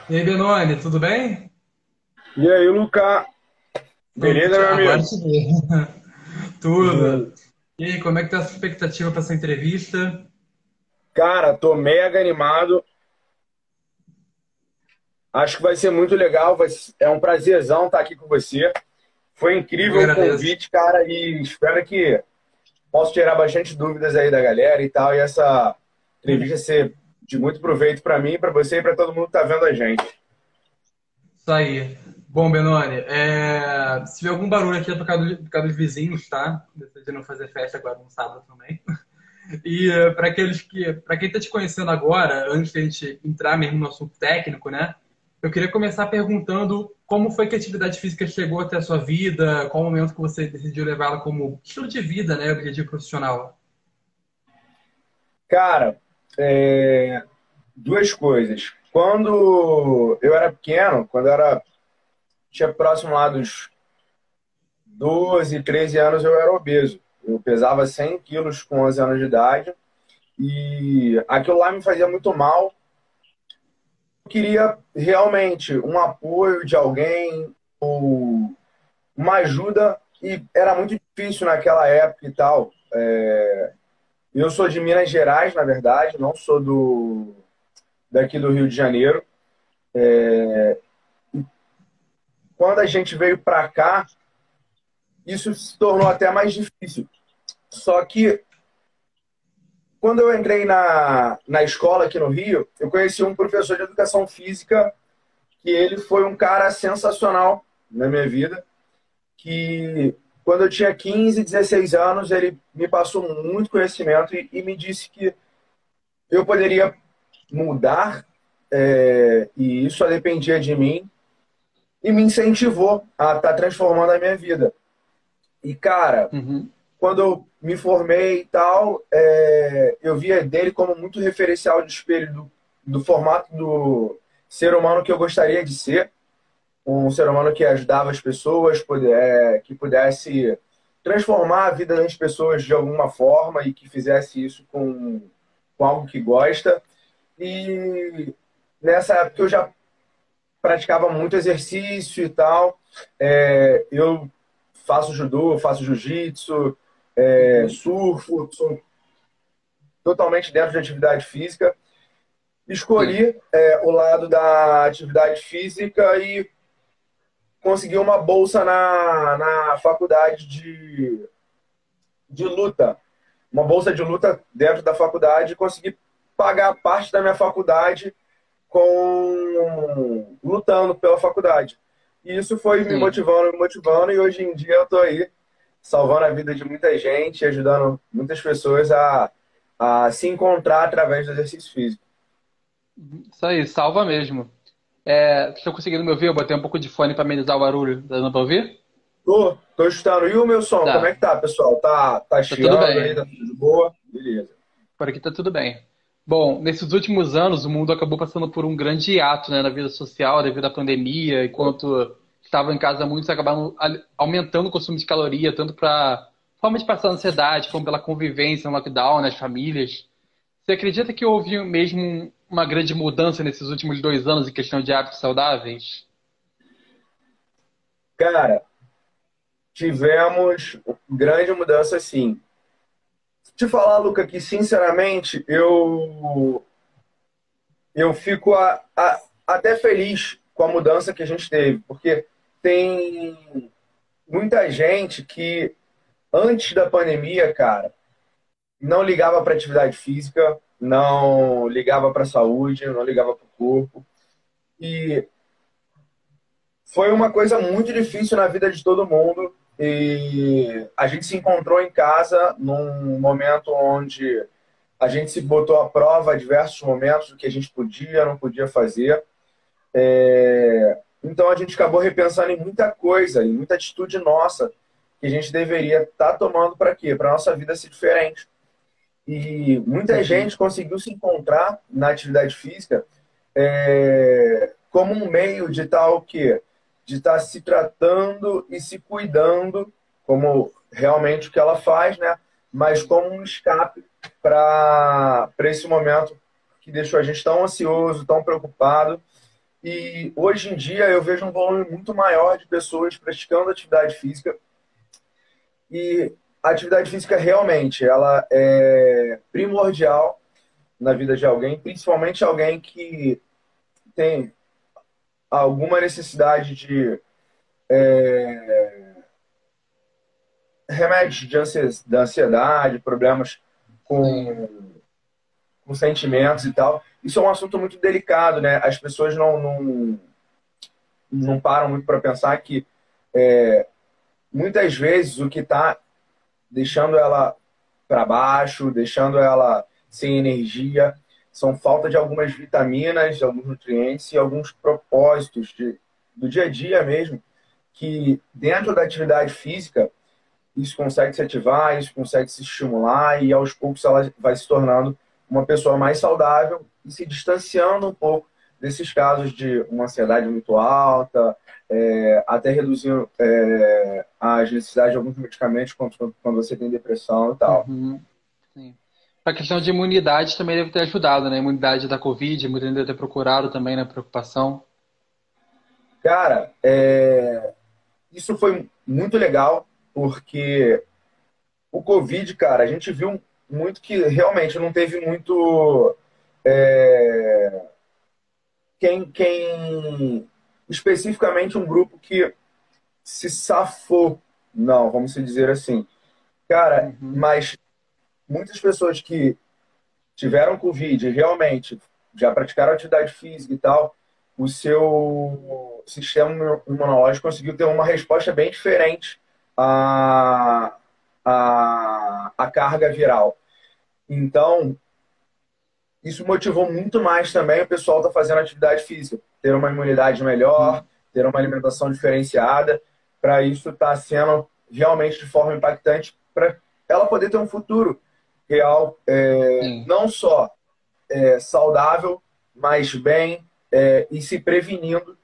E aí, Benoni, tudo bem? E aí, Lucas? Beleza, meu Agora amigo? te vi. Tudo. E aí, como é que tá a sua expectativa para essa entrevista? Cara, tô mega animado. Acho que vai ser muito legal. É um prazerzão estar aqui com você. Foi Eu incrível o agradeço. convite, cara, e espero que possa tirar bastante dúvidas aí da galera e tal. E essa entrevista ser de muito proveito para mim, para você e para todo mundo que tá vendo a gente. Isso aí. Bom, Benoni, se tiver algum barulho aqui é por causa dos vizinhos, tá? Decidi não fazer festa agora no sábado também. E para quem está te conhecendo agora, antes de a gente entrar mesmo no assunto técnico, né? Eu queria começar perguntando como foi que a atividade física chegou até a sua vida, qual o momento que você decidiu levá-la como estilo de vida, né? Objetivo profissional. Cara, é, duas coisas. Quando eu era pequeno, tinha próximo lá dos 12, 13 anos, eu era obeso. Eu pesava 100 quilos com 11 anos de idade e aquilo lá me fazia muito mal. Eu queria realmente um apoio de alguém ou uma ajuda e era muito difícil naquela época e tal. Eu sou de Minas Gerais, na verdade, não sou daqui do Rio de Janeiro. Quando a gente veio para cá, isso se tornou até mais difícil. Só que quando eu entrei na escola aqui no Rio, eu conheci um professor de educação física que ele foi um cara sensacional na minha vida, que quando eu tinha 15, 16 anos, ele me passou muito conhecimento e me disse que eu poderia mudar, e isso só dependia de mim, e me incentivou a estar transformando a minha vida. E, cara, Uhum. quando eu me formei e tal, eu via dele como muito referencial de espelho do formato do ser humano que eu gostaria de ser, um ser humano que ajudava as pessoas, que pudesse transformar a vida das pessoas de alguma forma e que fizesse isso com algo que gosta. E nessa época eu já praticava muito exercício e tal. Eu faço judô, faço jiu-jitsu, Uhum. surfo, sou totalmente dentro de atividade física. Sim. Escolhi o lado da atividade física e consegui uma bolsa na faculdade de luta. Uma bolsa de luta dentro da faculdade e consegui pagar parte da minha faculdade com lutando pela faculdade. E isso foi Sim. me motivando, e hoje em dia eu estou aí salvando a vida de muita gente, ajudando muitas pessoas a se encontrar através do exercício físico. Isso aí, salva mesmo. Estou conseguindo me ouvir? Eu botei um pouco de fone para amenizar o barulho. Tá dando para ouvir? Tô escutando. E o meu som, como é Tá. que tá, pessoal? Tá Tá tudo chiando aí, bem. tá tudo de boa? Beleza. Por aqui tá tudo bem. Bom, nesses últimos anos, o mundo acabou passando por um grande hiato, né, na vida social devido à pandemia. Enquanto estavam em casa, muitos acabaram aumentando o consumo de caloria, tanto para forma de passar ansiedade, como pela convivência no lockdown, nas famílias. Você acredita que houve mesmo uma grande mudança nesses últimos 2 anos em questão de hábitos saudáveis? Cara, tivemos grande mudança, sim. Te falar, Luca, que sinceramente eu fico até feliz com a mudança que a gente teve, porque tem muita gente que antes da pandemia, cara, não ligava para atividade física, não ligava para a saúde, não ligava para o corpo. E foi uma coisa muito difícil na vida de todo mundo. E a gente se encontrou em casa num momento onde a gente se botou à prova a diversos momentos do que a gente podia, não podia fazer. Então a gente acabou repensando em muita coisa, em muita atitude nossa que a gente deveria estar tomando para quê? Para a nossa vida ser diferente. E muita Uhum. gente conseguiu se encontrar na atividade física como um meio de estar o quê? De estar se tratando e se cuidando, como realmente o que ela faz, né? Mas como um escape para esse momento que deixou a gente tão ansioso, tão preocupado. E hoje em dia eu vejo um volume muito maior de pessoas praticando atividade física. E a atividade física realmente ela é primordial na vida de alguém, principalmente alguém que tem alguma necessidade de remédios de ansiedade, problemas Sim. com sentimentos e tal. Isso é um assunto muito delicado, né? As pessoas não param muito para pensar que muitas vezes o que está deixando ela para baixo, deixando ela sem energia, são falta de algumas vitaminas, de alguns nutrientes e alguns propósitos do dia a dia mesmo, que dentro da atividade física isso consegue se ativar, isso consegue se estimular e aos poucos ela vai se tornando uma pessoa mais saudável e se distanciando um pouco desses casos de uma ansiedade muito alta, até reduzindo as necessidades de alguns medicamentos quando você tem depressão e tal. Uhum. Sim. A questão de imunidade também deve ter ajudado, né? A imunidade da Covid, muita gente deve ter procurado também na preocupação. Cara, isso foi muito legal, porque o Covid, cara, a gente viu muito que realmente não teve muito quem especificamente um grupo que se safou, não, vamos dizer assim. Cara, Uhum. mas muitas pessoas que tiveram Covid e realmente já praticaram atividade física e tal, o seu sistema imunológico conseguiu ter uma resposta bem diferente à, à carga viral. Então, isso motivou muito mais também o pessoal estar fazendo atividade física, ter uma imunidade melhor, Uhum. ter uma alimentação diferenciada, para isso estar sendo realmente de forma impactante, para ela poder ter um futuro real, Sim. não só saudável, mas bem e se prevenindo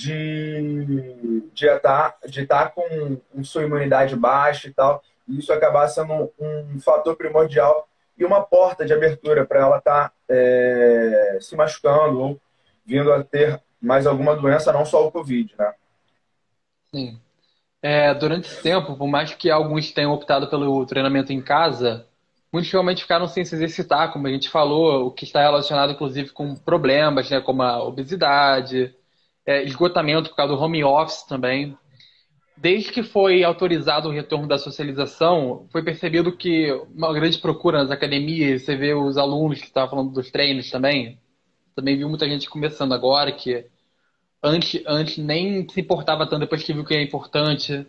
de estar com sua imunidade baixa e tal. E isso acabar sendo um fator primordial e uma porta de abertura para ela estar se machucando ou vindo a ter mais alguma doença, não só o Covid, né? Sim. Durante esse tempo, por mais que alguns tenham optado pelo treinamento em casa, muitos realmente ficaram sem se exercitar, como a gente falou, o que está relacionado inclusive com problemas, né, como a obesidade, esgotamento por causa do home office também. Desde que foi autorizado o retorno da socialização, foi percebido que uma grande procura nas academias, você vê os alunos que estavam falando dos treinos também viu muita gente começando agora, que antes nem se importava tanto, depois que viu que é importante.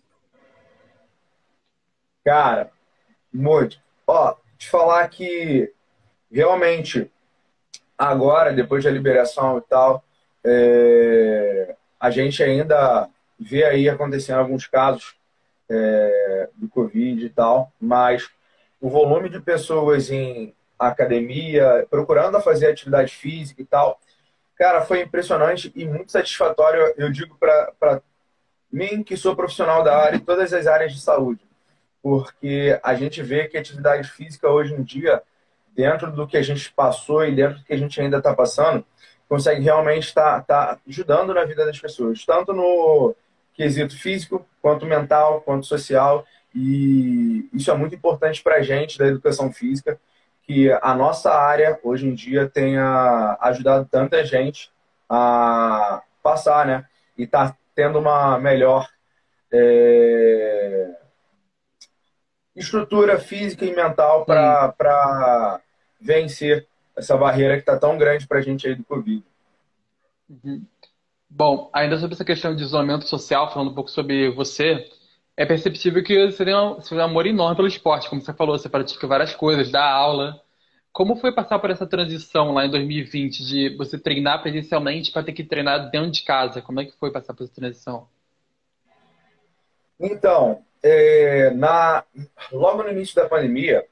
Cara, muito. Ó, te falar que realmente agora, depois da liberação e tal, a gente ainda vê aí acontecendo alguns casos do Covid e tal, mas o volume de pessoas em academia, procurando fazer atividade física e tal, cara, foi impressionante e muito satisfatório, eu digo, para mim, que sou profissional da área, em todas as áreas de saúde, porque a gente vê que a atividade física hoje em dia, dentro do que a gente passou e dentro do que a gente ainda está passando, consegue realmente estar ajudando na vida das pessoas, tanto no quesito físico, quanto mental, quanto social. E isso é muito importante para a gente da educação física, que a nossa área, hoje em dia, tenha ajudado tanta gente a passar, né? E tá tendo uma melhor estrutura física e mental Sim. para vencer essa barreira que está tão grande para a gente aí do Covid. Uhum. Bom, ainda sobre essa questão de isolamento social, falando um pouco sobre você, é perceptível que você tem um amor enorme pelo esporte, como você falou, você pratica várias coisas, dá aula. Como foi passar por essa transição lá em 2020 de você treinar presencialmente para ter que treinar dentro de casa? Como é que foi passar por essa transição? Então, logo no início da pandemia,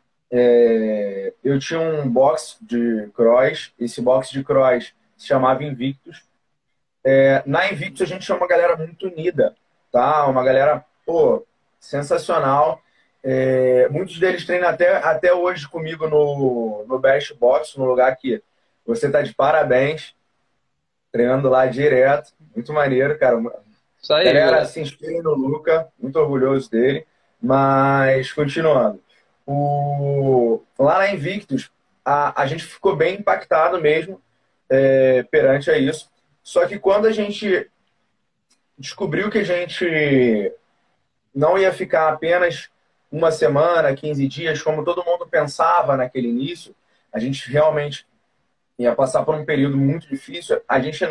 eu tinha um box de cross. Esse box de cross se chamava Invictus. Na Invictus a gente tinha uma galera muito unida, tá? Uma galera, pô, sensacional. Muitos deles treinam até hoje comigo no Best Box, no lugar que você tá de parabéns. treinando lá direto. Muito maneiro, cara. Isso aí, Galera, galera. se inspire no Luca, muito orgulhoso dele. Mas, continuando. Lá na Invictus, a gente ficou bem impactado mesmo perante a isso. Só que quando a gente descobriu que a gente não ia ficar apenas uma semana, 15 dias, como todo mundo pensava naquele início, a gente realmente ia passar por um período muito difícil, a gente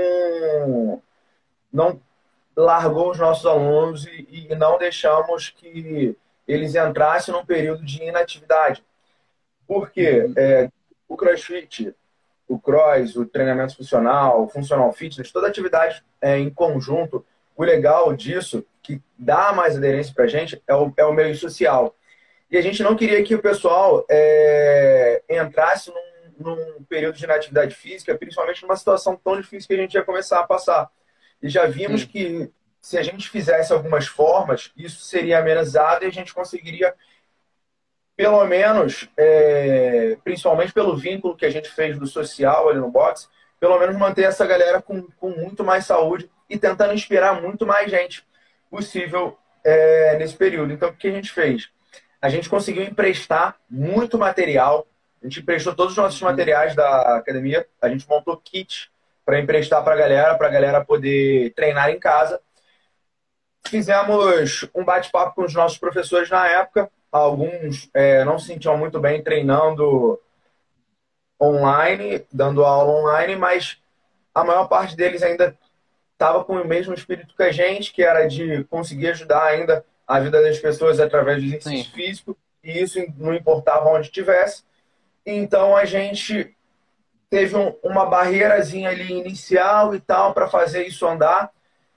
não largou os nossos alunos e não deixamos que eles entrassem num período de inatividade. Por quê? Uhum. O CrossFit, o cross, o treinamento funcional, o funcional fitness, toda atividade em conjunto, o legal disso, que dá mais aderência para a gente, é o meio social. E a gente não queria que o pessoal entrasse num período de inatividade física, principalmente numa situação tão difícil que a gente ia começar a passar. E já vimos Sim, que se a gente fizesse algumas formas, isso seria amenizado e a gente conseguiria, pelo menos, principalmente pelo vínculo que a gente fez do social ali no boxe, pelo menos manter essa galera com muito mais saúde e tentando inspirar muito mais gente possível nesse período. Então, o que a gente fez? A gente conseguiu emprestar muito material. A gente emprestou todos os nossos uhum. materiais da academia. A gente montou kits para emprestar para a galera poder treinar em casa. Fizemos um bate-papo com os nossos professores na época. Alguns não se sentiam muito bem treinando online, dando aula online, mas a maior parte deles ainda estava com o mesmo espírito que a gente, que era de conseguir ajudar ainda a vida das pessoas através do Sim. exercício físico, e isso não importava onde estivesse. Então a gente teve uma barreirazinha ali inicial e tal para fazer isso andar,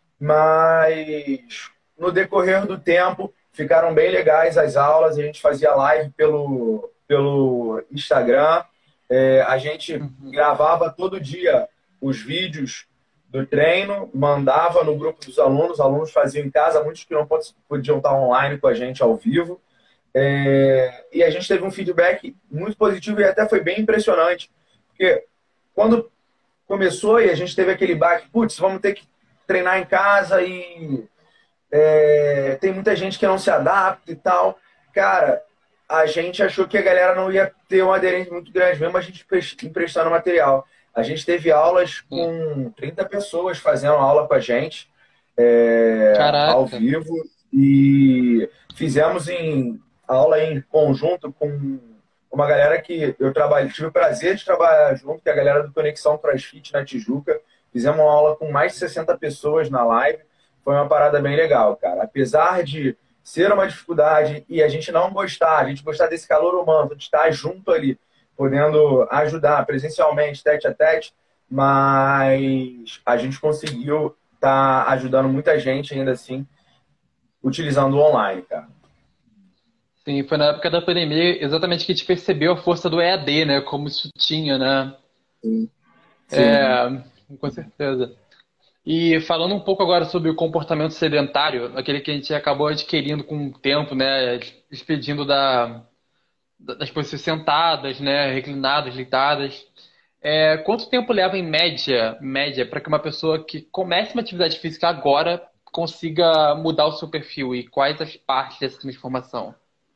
mas no decorrer do tempo ficaram bem legais as aulas. A gente fazia live pelo Instagram, a gente Uhum. gravava todo dia os vídeos do treino, mandava no grupo dos alunos, os alunos faziam em casa, muitos que não podiam estar online com a gente ao vivo. E a gente teve um feedback muito positivo e até foi bem impressionante, porque quando começou e a gente teve aquele baque, putz, vamos ter que treinar em casa e tem muita gente que não se adapta e tal. Cara, a gente achou que a galera não ia ter uma aderência muito grande, mesmo a gente emprestando material. A gente teve aulas Sim. com 30 pessoas fazendo aula com a gente, ao Caraca. vivo, e fizemos aula em conjunto com uma galera que eu tive o prazer de trabalhar junto, que é a galera do Conexão CrossFit na Tijuca. Fizemos uma aula com mais de 60 pessoas na live. Foi uma parada bem legal, cara. Apesar de ser uma dificuldade e a gente não gostar, a gente gostar desse calor humano, de estar junto ali, podendo ajudar presencialmente, tete a tete, mas a gente conseguiu estar ajudando muita gente ainda assim, utilizando o online, cara. Sim, foi na época da pandemia exatamente que a gente percebeu a força do EAD, né? Como isso tinha, né? Sim. Sim. É, com certeza. E falando um pouco agora sobre o comportamento sedentário, aquele que a gente acabou adquirindo com o tempo, né? Expedindo das posições sentadas, né? Reclinadas, deitadas. Quanto tempo leva em média, para que uma pessoa que comece uma atividade física agora consiga mudar o seu perfil? E quais as partes dessa transformação?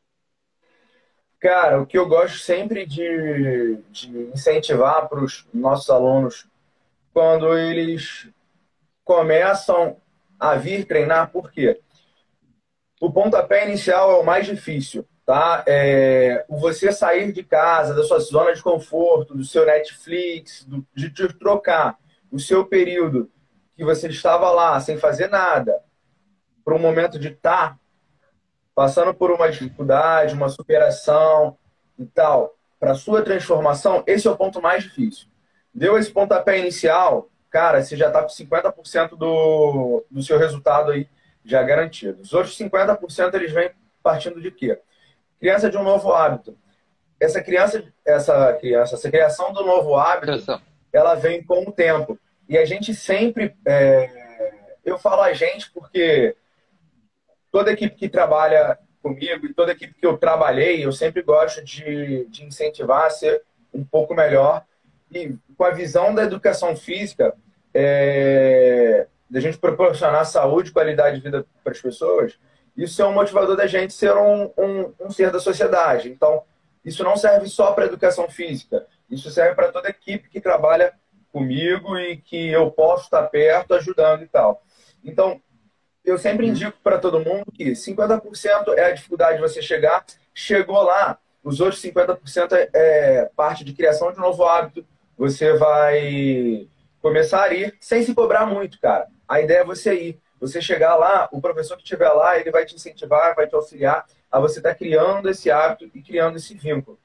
Cara, o que eu gosto sempre de incentivar para os nossos alunos quando eles começam a vir treinar, por quê? O pontapé inicial é o mais difícil, tá? Você sair de casa, da sua zona de conforto, do seu Netflix, de te trocar o seu período que você estava lá sem fazer nada, para um momento de estar passando por uma dificuldade, uma superação e tal, para sua transformação, esse é o ponto mais difícil. Deu esse pontapé inicial, cara, você já está com 50% do seu resultado aí já garantido. Os outros 50% eles vêm partindo de quê? Criança de um novo hábito. Essa criação do novo hábito, Interessante. ela vem com o tempo. E a gente sempre, eu falo a gente porque toda equipe que trabalha comigo e toda equipe que eu trabalhei, eu sempre gosto de incentivar a ser um pouco melhor. E com a visão da educação física, da gente proporcionar saúde e qualidade de vida para as pessoas, isso é um motivador da gente ser um ser da sociedade. Então, isso não serve só para a educação física, isso serve para toda a equipe que trabalha comigo e que eu posso estar perto ajudando e tal. Então, eu sempre indico para todo mundo que 50% é a dificuldade de você chegar, chegou lá, os outros 50% é parte de criação de um novo hábito, você vai começar a ir sem se cobrar muito, cara. A ideia é você ir. Você chegar lá, o professor que estiver lá, ele vai te incentivar, vai te auxiliar a você estar criando esse hábito e criando esse vínculo.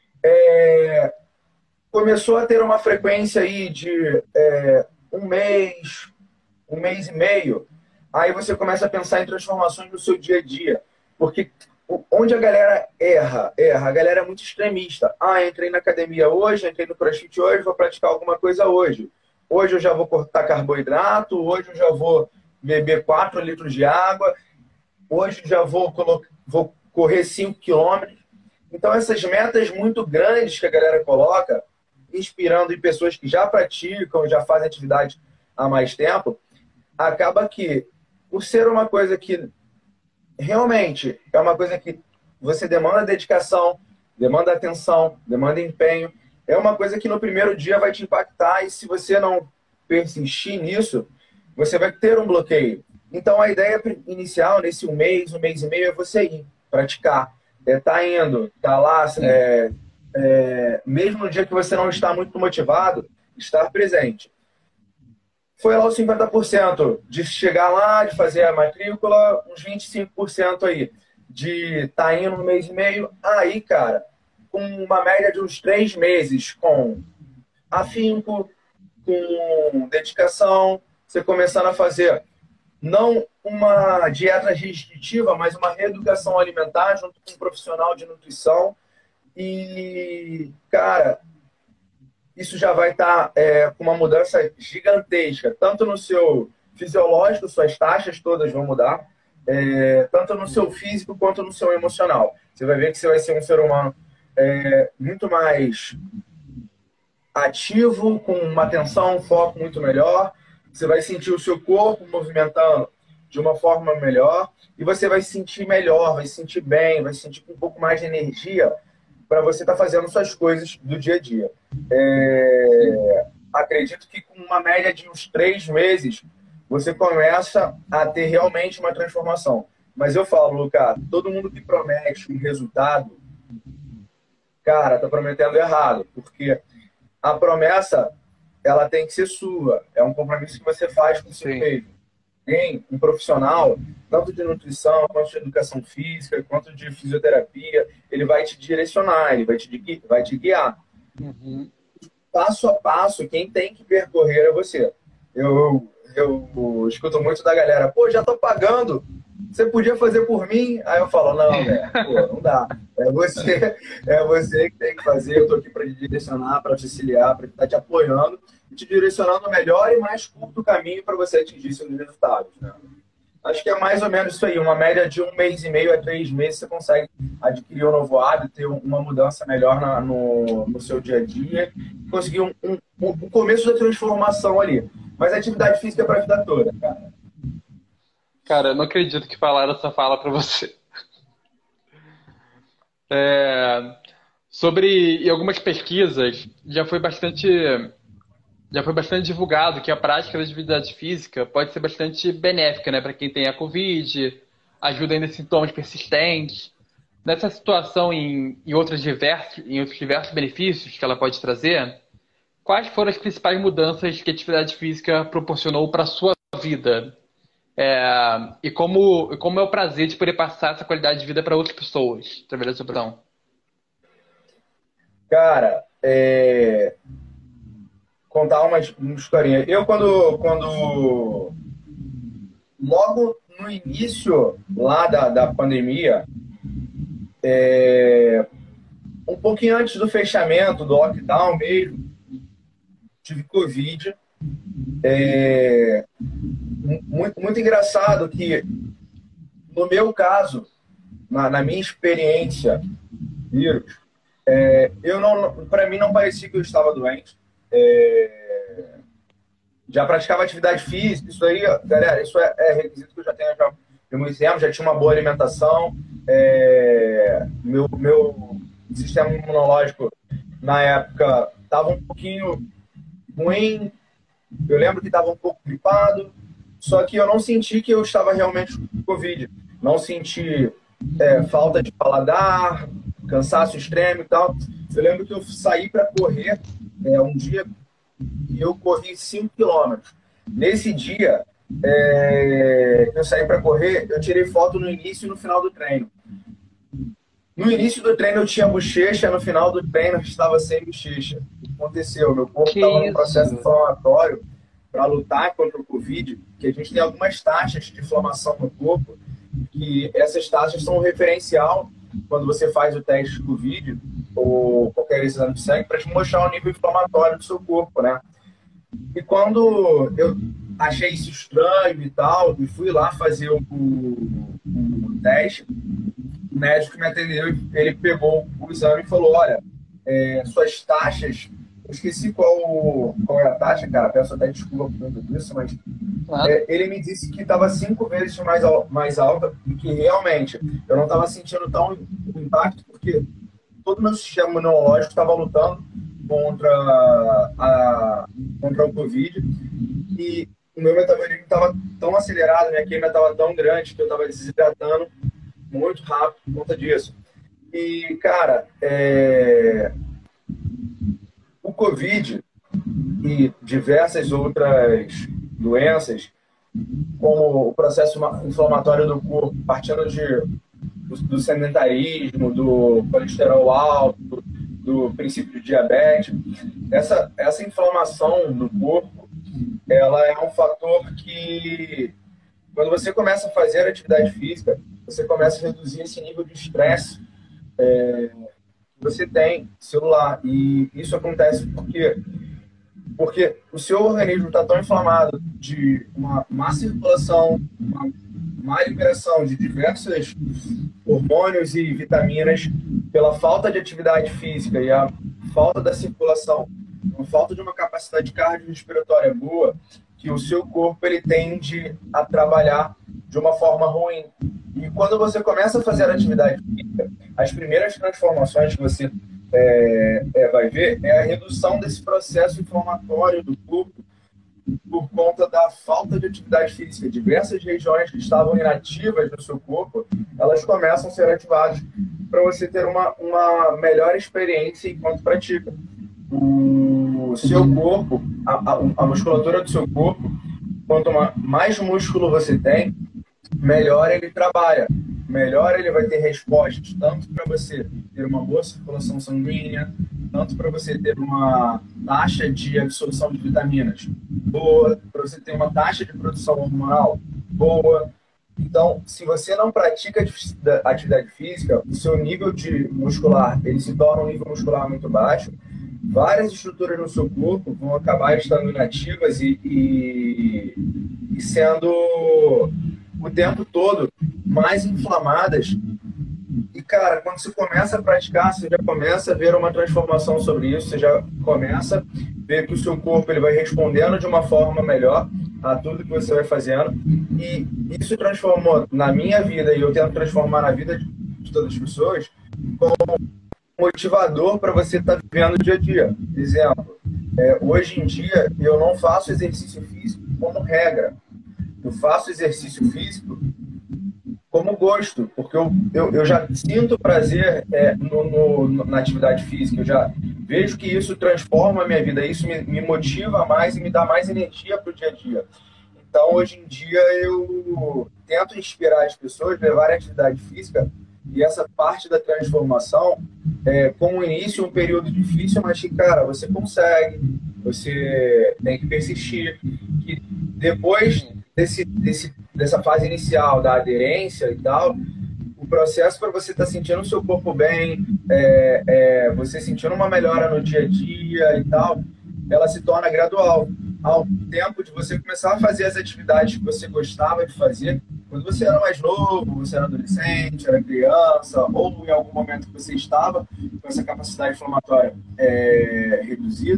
Começou a ter uma frequência aí de um mês e meio, aí você começa a pensar em transformações no seu dia a dia. Porque onde a galera erra, a galera é muito extremista. Entrei na academia hoje, entrei no CrossFit hoje, vou praticar alguma coisa hoje. Hoje eu já vou cortar carboidrato, hoje eu já vou beber 4 litros de água, hoje já vou correr 5 quilômetros. Então essas metas muito grandes que a galera coloca, inspirando em pessoas que já praticam, já fazem atividade há mais tempo, acaba que, por ser uma coisa que realmente é uma coisa que você demanda dedicação, demanda atenção, demanda empenho, é uma coisa que no primeiro dia vai te impactar e se você não persistir nisso, você vai ter um bloqueio. Então a ideia inicial, nesse um mês e meio, é você ir praticar. Tá indo, tá lá, mesmo no dia que você não está muito motivado, estar presente. Foi lá os 50% de chegar lá, de fazer a matrícula, uns 25% aí de estar indo no mês e meio. Aí, cara, com uma média de uns 3 meses, com afinco, com dedicação, você começando a fazer não uma dieta restritiva, mas uma reeducação alimentar junto com um profissional de nutrição. E, cara, isso já vai estar com uma mudança gigantesca, tanto no seu fisiológico, suas taxas todas vão mudar, tanto no seu físico quanto no seu emocional. Você vai ver que você vai ser um ser humano muito mais ativo, com uma atenção, um foco muito melhor. Você vai sentir o seu corpo movimentando de uma forma melhor e você vai se sentir melhor, vai se sentir bem, vai se sentir com um pouco mais de energia para você estar fazendo suas coisas do dia a dia. Acredito que com uma média de uns 3 meses, você começa a ter realmente uma transformação. Mas eu falo, Lucas, todo mundo que promete um resultado, cara, tá prometendo errado, porque a promessa, ela tem que ser sua. É um compromisso que você faz com o seu mesmo. Tem um profissional, tanto de nutrição, quanto de educação física, quanto de fisioterapia, ele vai te direcionar, ele vai te guiar. Uhum. Passo a passo, quem tem que percorrer é você. Eu escuto muito da galera, pô, já tô pagando, você podia fazer por mim? Aí eu falo, não, velho, não dá. É você que tem que fazer, eu tô aqui para te direcionar, para te auxiliar, para estar te apoiando e te direcionando o melhor e mais curto caminho para você atingir seus resultados, né? Acho que é mais ou menos isso aí, uma média de 1 mês e meio a 3 meses você consegue adquirir um novo hábito, ter uma mudança melhor no seu dia a dia, conseguir um começo da transformação ali. Mas a atividade física é para a vida toda, cara. Cara, eu não acredito que falaram essa fala para você. Em algumas pesquisas, já foi bastante divulgado que a prática da atividade física pode ser bastante benéfica, né, para quem tem a Covid, ajuda ainda sintomas persistentes. Nessa situação, em outros diversos benefícios que ela pode trazer, quais foram as principais mudanças que a atividade física proporcionou para a sua vida? E como é o prazer de poder passar essa qualidade de vida para outras pessoas através da sua profissão? Cara, contar uma historinha. Eu, quando logo no início lá da pandemia, um pouquinho antes do fechamento, do lockdown mesmo, tive Covid. Muito engraçado que, no meu caso, na minha experiência, vírus, para mim não parecia que eu estava doente. já praticava atividade física, isso aí, galera, isso é requisito que eu já tenho já de muito tempo, já tinha uma boa alimentação, meu sistema imunológico na época estava um pouquinho ruim, eu lembro que estava um pouco gripado, só que eu não senti que eu estava realmente com Covid, não senti falta de paladar, cansaço extremo e tal. Eu lembro que eu saí para correr um dia e eu corri 5 quilômetros. Nesse dia, que eu saí para correr, eu tirei foto no início e no final do treino. No início do treino eu tinha bochecha, no final do treino eu estava sem bochecha. O que aconteceu? Meu corpo estava num processo inflamatório para lutar contra o Covid, que a gente tem algumas taxas de inflamação no corpo, que essas taxas são um referencial quando você faz o teste de Covid ou qualquer exame de sangue para te mostrar o nível inflamatório do seu corpo, né? E quando eu achei isso estranho e tal, e fui lá fazer o teste, o médico que me atendeu, ele pegou o exame e falou, olha, suas taxas, eu esqueci qual é a taxa, cara, peço até desculpa por tudo isso, mas ele me disse que estava 5 vezes mais alta e que realmente eu não estava sentindo tão impacto, porque todo o meu sistema imunológico estava lutando contra o Covid e o meu metabolismo estava tão acelerado, minha queima estava tão grande que eu estava desidratando muito rápido por conta disso. E, cara, o Covid e diversas outras doenças, como o processo inflamatório do corpo, partindo do sedentarismo, do colesterol alto, do princípio de diabetes, essa inflamação do corpo, ela é um fator que, quando você começa a fazer atividade física, você começa a reduzir esse nível de estresse que você tem celular. E isso acontece porque o seu organismo está tão inflamado de uma má circulação, uma má liberação de diversos hormônios e vitaminas pela falta de atividade física e a falta da circulação, a falta de uma capacidade cardiorrespiratória boa, que o seu corpo ele tende a trabalhar de uma forma ruim. E quando você começa a fazer atividade física, as primeiras transformações que você vai ver é a redução desse processo inflamatório do corpo por conta da falta de atividade física. Diversas regiões que estavam inativas no seu corpo, elas começam a ser ativadas para você ter uma melhor experiência enquanto pratica. O seu corpo, a musculatura do seu corpo, quanto mais músculo você tem, melhor ele trabalha, melhor ele vai ter respostas, tanto para você ter uma boa circulação sanguínea, tanto para você ter uma taxa de absorção de vitaminas boa, para você ter uma taxa de produção hormonal boa. Então, se você não pratica atividade física, o seu nível muscular, ele se torna um nível muscular muito baixo, várias estruturas no seu corpo vão acabar estando inativas e sendo o tempo todo mais inflamadas. E, cara, quando você começa a praticar, você já começa a ver uma transformação sobre isso, você já começa a ver que o seu corpo ele vai respondendo de uma forma melhor a tudo que você vai fazendo. E isso transformou na minha vida, e eu tento transformar na vida de todas as pessoas, como motivador para você estar vivendo o dia a dia. Exemplo, hoje em dia eu não faço exercício físico como regra. Eu faço exercício físico como gosto, porque eu já sinto prazer na atividade física, eu já vejo que isso transforma a minha vida, isso me motiva mais e me dá mais energia para o dia a dia. Então, hoje em dia, eu tento inspirar as pessoas a levarem a atividade física e essa parte da transformação, com o início, um período difícil, mas que, cara, você consegue, você tem que persistir, que depois dessa fase inicial da aderência e tal, o processo para você estar sentindo o seu corpo bem, você sentindo uma melhora no dia a dia e tal, ela se torna gradual. Ao tempo de você começar a fazer as atividades que você gostava de fazer, quando você era mais novo, você era adolescente, era criança, ou em algum momento que você estava com essa capacidade inflamatória reduzida,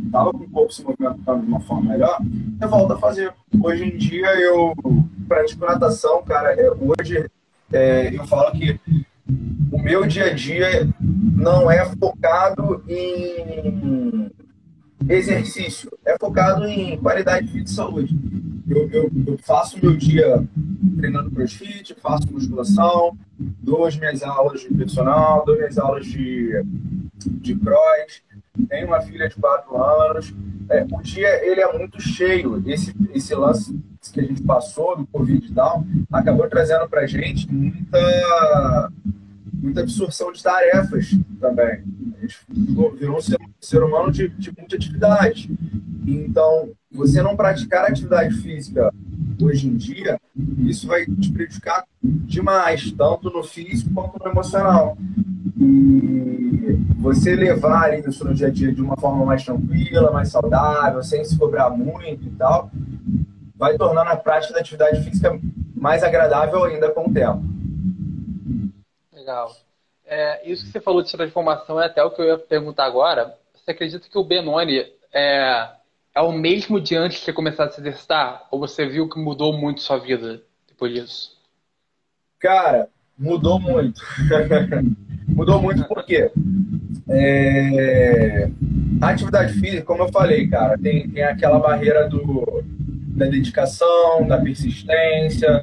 estava com o corpo se movimentando de uma forma melhor, eu volto a fazer. Hoje em dia eu pratico natação, cara. Hoje eu falo que o meu dia a dia não é focado em exercício, é focado em qualidade de vida e saúde. Eu faço meu dia treinando crossfit, faço musculação, dou as minhas aulas de personal, dou minhas aulas de cross, tenho uma filha de 4 anos. O dia ele é muito cheio. Esse lance que a gente passou do Covid e tal, acabou trazendo pra gente muita absorção de tarefas também. A gente virou um ser humano de muita atividade. Então, você não praticar atividade física hoje em dia, isso vai te prejudicar demais, tanto no físico quanto no emocional. E você levar isso no dia a dia de uma forma mais tranquila, mais saudável, sem se cobrar muito e tal, vai tornando a prática da atividade física mais agradável ainda com o tempo. Legal. Isso que você falou de transformação é até o que eu ia perguntar agora. Você acredita que o Benoni é o mesmo de antes de você começar a se exercitar? Ou você viu que mudou muito sua vida depois disso? Cara, mudou muito. Mudou muito porque a atividade física, como eu falei, cara, tem aquela barreira da dedicação, da persistência,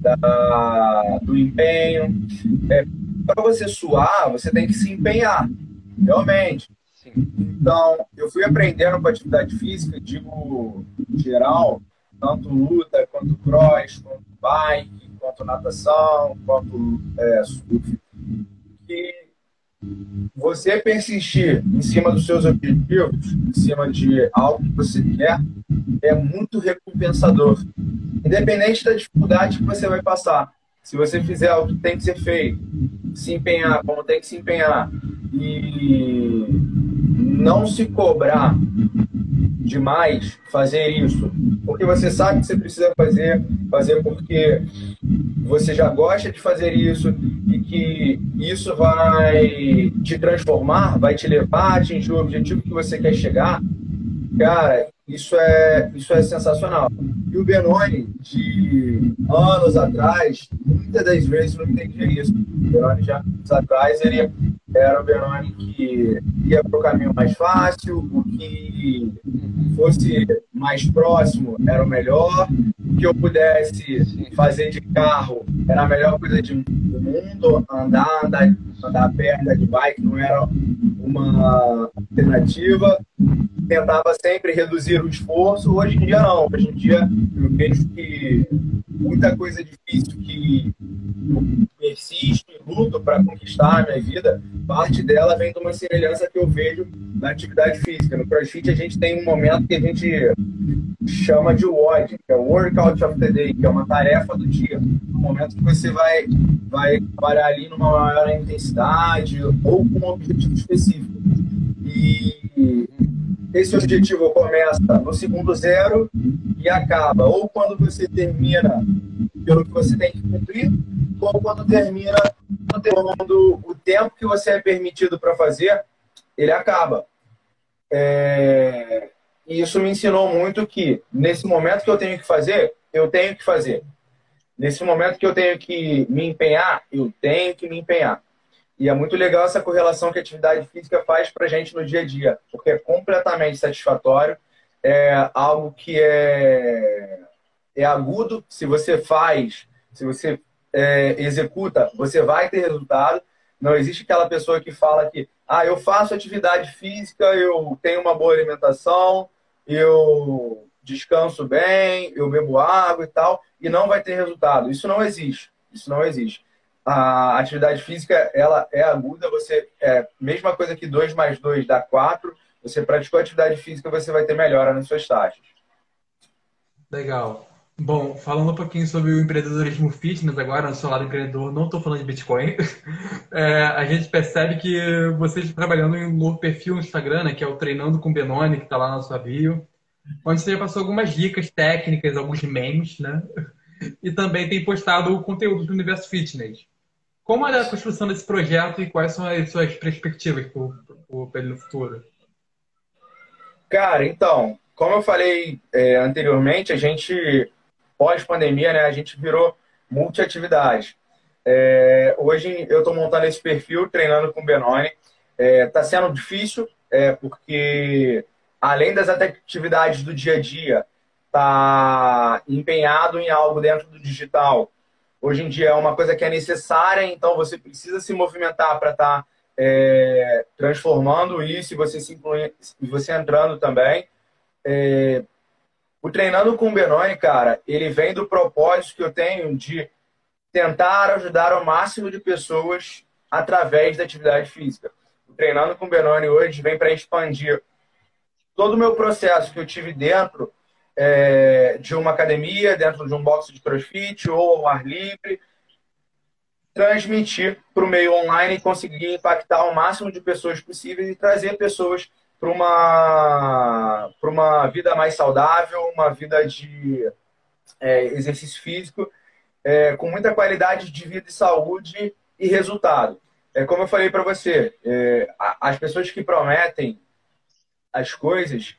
do empenho. Para você suar, você tem que se empenhar, realmente. Sim. Então, eu fui aprendendo com a atividade física, digo, geral, tanto luta, quanto cross, quanto bike, quanto natação, quanto surf, que você persistir em cima dos seus objetivos, em cima de algo que você quer, é muito recompensador. Independente da dificuldade que você vai passar. Se você fizer o que tem que ser feito, se empenhar como tem que se empenhar e não se cobrar demais fazer isso, porque você sabe que você precisa fazer porque você já gosta de fazer isso e que isso vai te transformar, vai te levar a atingir o objetivo que você quer chegar, cara, isso é sensacional. E o Benoni, de anos atrás, muitas das vezes não entendia isso. O Benoni, já anos atrás, ele era o Benoni que ia para o caminho mais fácil, o que fosse mais próximo era o melhor, o que eu pudesse fazer de carro era a melhor coisa do mundo, andar a pé, andar de bike não era uma alternativa. Tentava sempre reduzir o esforço. Hoje em dia não. Hoje em dia eu vejo que muita coisa difícil que eu persisto e luto para conquistar a minha vida, parte dela vem de uma semelhança que eu vejo na atividade física. No CrossFit a gente tem um momento que a gente chama de WOD, que é o Workout of the Day, que é uma tarefa do dia. Um momento que você vai trabalhar ali numa maior intensidade ou com um objetivo específico. E esse objetivo começa no segundo 0 e acaba ou quando você termina pelo que você tem que cumprir, ou quando termina quando o tempo que você é permitido para fazer, ele acaba. E isso me ensinou muito que nesse momento que eu tenho que fazer, eu tenho que fazer. Nesse momento que eu tenho que me empenhar, eu tenho que me empenhar. E é muito legal essa correlação que a atividade física faz para a gente no dia a dia, porque é completamente satisfatório, é algo que é agudo. Se você faz, se você executa, você vai ter resultado. Não existe aquela pessoa que fala que eu faço atividade física, eu tenho uma boa alimentação, eu descanso bem, eu bebo água e tal, e não vai ter resultado. Isso não existe. Isso não existe. A atividade física, ela é aguda, mesma coisa que 2 mais 2 dá 4, você praticou atividade física, você vai ter melhora nas suas taxas. Legal. Bom, falando um pouquinho sobre o empreendedorismo fitness agora, no seu lado empreendedor, não estou falando de Bitcoin, a gente percebe que você está trabalhando em um novo perfil no Instagram, né, que é o Treinando com Benoni, que está lá na sua bio, onde você já passou algumas dicas técnicas, alguns memes, né? E também tem postado o conteúdo do universo fitness. Como é a construção desse projeto e quais são as suas perspectivas pelo futuro? Cara, então, como eu falei anteriormente, a gente, pós-pandemia, né, a gente virou multiatividade. Hoje eu estou montando esse perfil, treinando com o Benoni. Está sendo difícil, porque além das atividades do dia a dia, tá empenhado em algo dentro do digital. Hoje em dia é uma coisa que é necessária, então você precisa se movimentar para estar transformando isso e você se inclui, e você entrando também. O Treinando com o Benoni, cara, ele vem do propósito que eu tenho de tentar ajudar o máximo de pessoas através da atividade física. O Treinando com o Benoni hoje vem para expandir todo o meu processo que eu tive dentro de uma academia, dentro de um box de CrossFit ou ao ar livre, transmitir para o meio online e conseguir impactar o máximo de pessoas possíveis e trazer pessoas para uma vida mais saudável, uma vida de exercício físico, com muita qualidade de vida e saúde e resultado. Como eu falei para você, as pessoas que prometem as coisas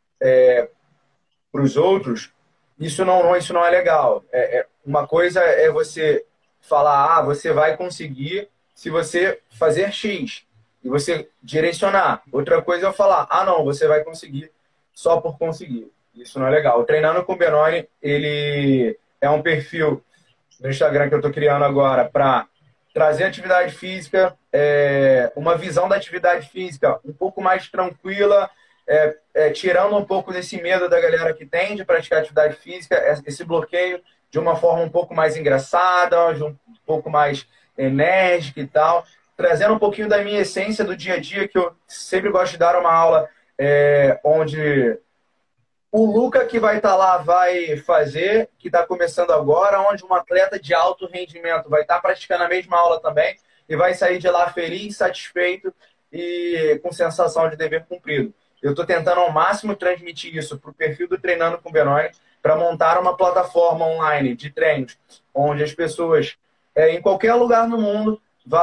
para os outros, isso não é legal. Uma coisa é você falar, você vai conseguir se você fazer X e você direcionar. Outra coisa é eu falar, não, você vai conseguir só por conseguir. Isso não é legal. O Treinando com o Benoni, ele é um perfil no Instagram que eu estou criando agora para trazer atividade física, uma visão da atividade física um pouco mais tranquila, tirando um pouco desse medo da galera que tem de praticar atividade física, esse bloqueio de uma forma um pouco mais engraçada, de um pouco mais enérgica e tal, trazendo um pouquinho da minha essência do dia a dia, que eu sempre gosto de dar uma aula onde o Luca que vai estar lá vai fazer, que está começando agora, onde um atleta de alto rendimento vai estar praticando a mesma aula também e vai sair de lá feliz, satisfeito e com sensação de dever cumprido. Eu estou tentando ao máximo transmitir isso para o perfil do Treinando com o Benoni, para montar uma plataforma online de treinos, onde as pessoas, em qualquer lugar no mundo,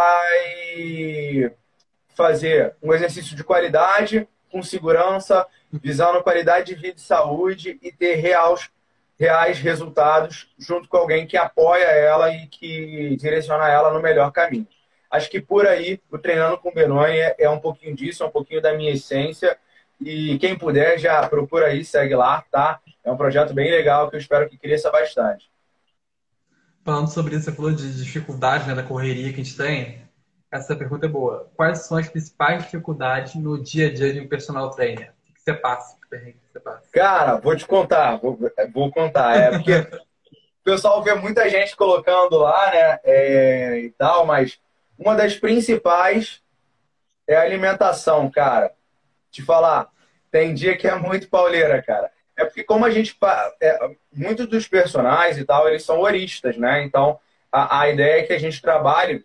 vai fazer um exercício de qualidade, com segurança, visando qualidade de vida e saúde e ter reais resultados junto com alguém que apoia ela e que direciona ela no melhor caminho. Acho que por aí, o Treinando com o Benoni é um pouquinho disso, é um pouquinho da minha essência. E quem puder, já procura aí, segue lá, tá? É um projeto bem legal que eu espero que cresça bastante. Falando sobre isso, você falou de dificuldades, né, da correria que a gente tem. Essa pergunta é boa. Quais são as principais dificuldades no dia a dia de um personal trainer? O que você passa? Que perrengue que você passa? Cara, vou te contar, vou contar. Porque o pessoal vê muita gente colocando lá, né, e tal, mas uma das principais é a alimentação, cara. Te falar, tem dia que é muito pauleira, cara. É porque como a gente... muitos dos personagens e tal, eles são horistas, né? Então, a ideia é que a gente trabalhe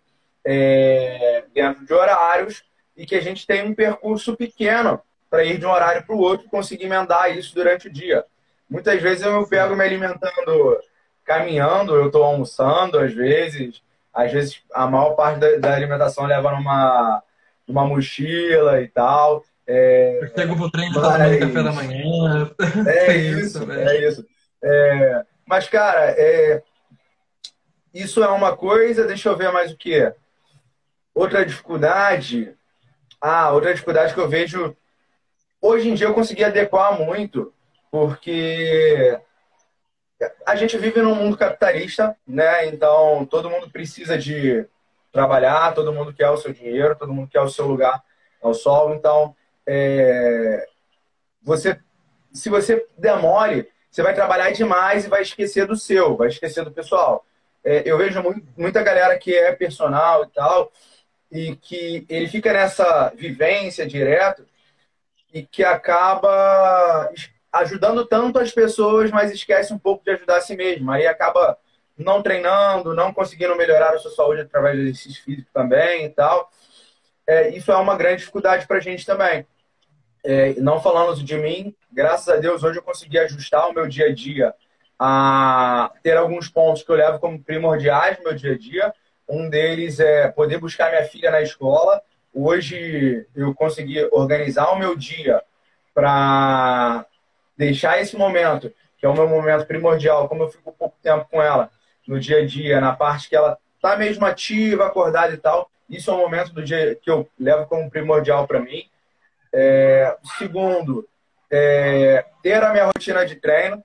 dentro de horários e que a gente tenha um percurso pequeno para ir de um horário para o outro e conseguir emendar isso durante o dia. Muitas vezes eu me pego me alimentando caminhando, eu estou almoçando, às vezes a maior parte da alimentação leva numa mochila e tal. Eu chego pro treino, tô tomando café da manhã. É isso, é isso. Mas, cara, isso é uma coisa, deixa eu ver mais o que. Outra dificuldade que eu vejo, hoje em dia eu consegui adequar muito, porque a gente vive num mundo capitalista, né? Então, todo mundo precisa de trabalhar, todo mundo quer o seu dinheiro, todo mundo quer o seu lugar ao sol. Então, se você demore, você vai trabalhar demais e vai esquecer do seu, vai esquecer do pessoal. Eu vejo muita galera que é personal e tal, e que ele fica nessa vivência direto e que acaba ajudando tanto as pessoas, mas esquece um pouco de ajudar a si mesmo. Aí acaba não treinando, não conseguindo melhorar a sua saúde através do exercício físico também e tal. Isso é uma grande dificuldade para a gente também. Não falando de mim, graças a Deus, hoje eu consegui ajustar o meu dia a dia a ter alguns pontos que eu levo como primordiais no meu dia a dia. Um deles é poder buscar minha filha na escola. Hoje eu consegui organizar o meu dia para deixar esse momento, que é o meu momento primordial, como eu fico pouco tempo com ela no dia a dia, na parte que ela tá mesmo ativa, acordada e tal, isso é um momento do dia que eu levo como primordial para mim. Segundo, ter a minha rotina de treino.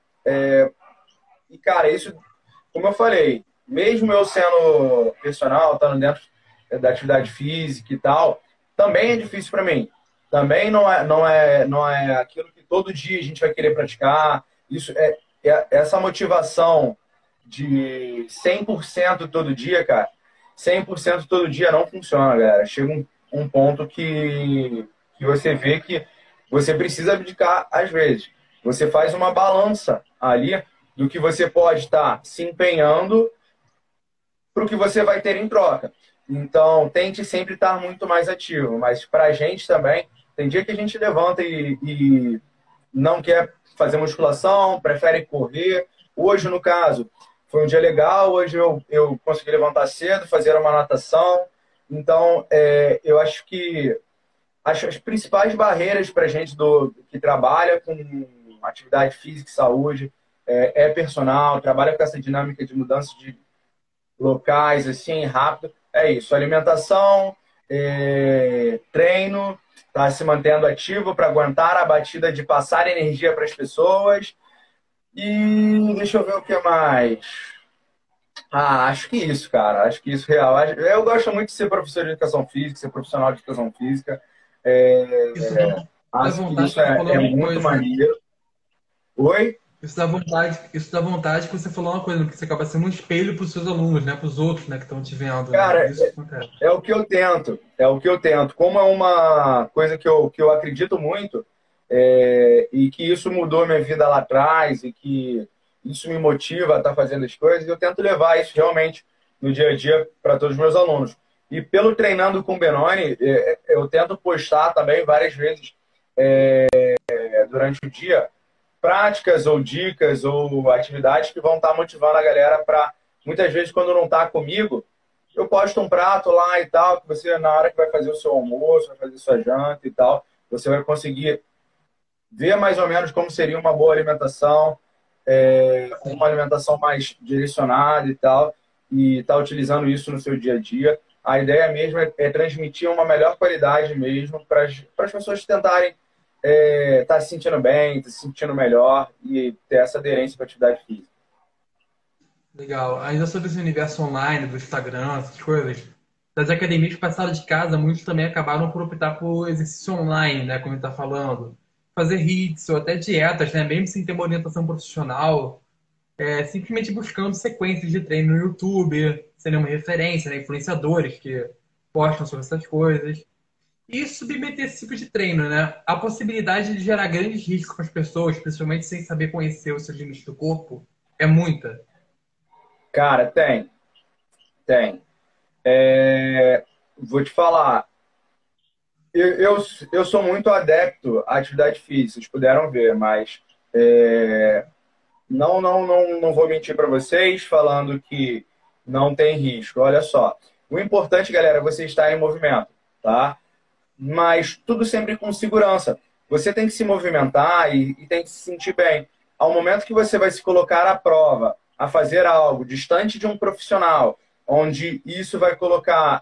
E, cara, isso, como eu falei, mesmo eu sendo personal, estando dentro da atividade física e tal, também é difícil para mim. Também não é aquilo que todo dia a gente vai querer praticar. Isso essa motivação de 100% todo dia, cara, 100% todo dia não funciona, galera. Chega um ponto que você vê que você precisa abdicar às vezes. Você faz uma balança ali do que você pode estar se empenhando para o que você vai ter em troca. Então, tente sempre estar muito mais ativo. Mas para a gente também, tem dia que a gente levanta e não quer fazer musculação, prefere correr. Hoje, no caso, foi um dia legal. Hoje eu consegui levantar cedo, fazer uma natação. Então, eu acho que as principais barreiras para a gente que trabalha com atividade física e saúde personal, trabalha com essa dinâmica de mudança de locais, assim, rápido. É isso, alimentação, treino, tá se mantendo ativo para aguentar a batida de passar energia para as pessoas. E deixa eu ver o que mais. Acho que isso, cara. Acho que isso é real. Eu gosto muito de ser professor de educação física, ser profissional de educação física. Isso dá Acho que vontade isso que você falou é uma muito coisa. maneiro. Oi? Isso dá vontade que você falou uma coisa, porque você acaba sendo um espelho para os seus alunos, né? Para os outros, né, que estão te vendo, né? Cara, Isso, cara. é o que eu tento. É o que eu tento. Como é uma coisa que eu acredito muito, e que isso mudou minha vida lá atrás, e que isso me motiva a estar fazendo as coisas, eu tento levar isso realmente no dia a dia para todos os meus alunos. E pelo Treinando com Benoni, eu tento postar também várias vezes durante o dia práticas ou dicas ou atividades que vão estar motivando a galera para, muitas vezes, quando não está comigo, eu posto um prato lá e tal, que você, na hora que vai fazer o seu almoço, vai fazer sua janta e tal, você vai conseguir ver mais ou menos como seria uma boa alimentação, uma alimentação mais direcionada e tal, e tá utilizando isso no seu dia a dia. A ideia mesmo é transmitir uma melhor qualidade mesmo para as pessoas tentarem tá se sentindo bem, tá se sentindo melhor e ter essa aderência com a atividade física. Legal. Ainda sobre esse universo online, do Instagram, essas coisas, das academias que passaram de casa, muitos também acabaram por optar por exercício online, né? Como ele está falando. Fazer hits ou até dietas, né? Mesmo sem ter uma orientação profissional. Simplesmente buscando sequências de treino no YouTube, sem nenhuma referência, né? Influenciadores que postam sobre essas coisas. E submeter esse tipo de treino, né? A possibilidade de gerar grandes riscos para as pessoas, principalmente sem saber conhecer os seus limites do corpo, é muita. Cara, tem. Vou te falar, eu sou muito adepto à atividade física, vocês puderam ver, mas não vou mentir para vocês falando que não tem risco. Olha só, o importante, galera, é você estar em movimento, tá? Mas tudo sempre com segurança. Você tem que se movimentar e tem que se sentir bem. Ao momento que você vai se colocar à prova, a fazer algo distante de um profissional, onde isso vai colocar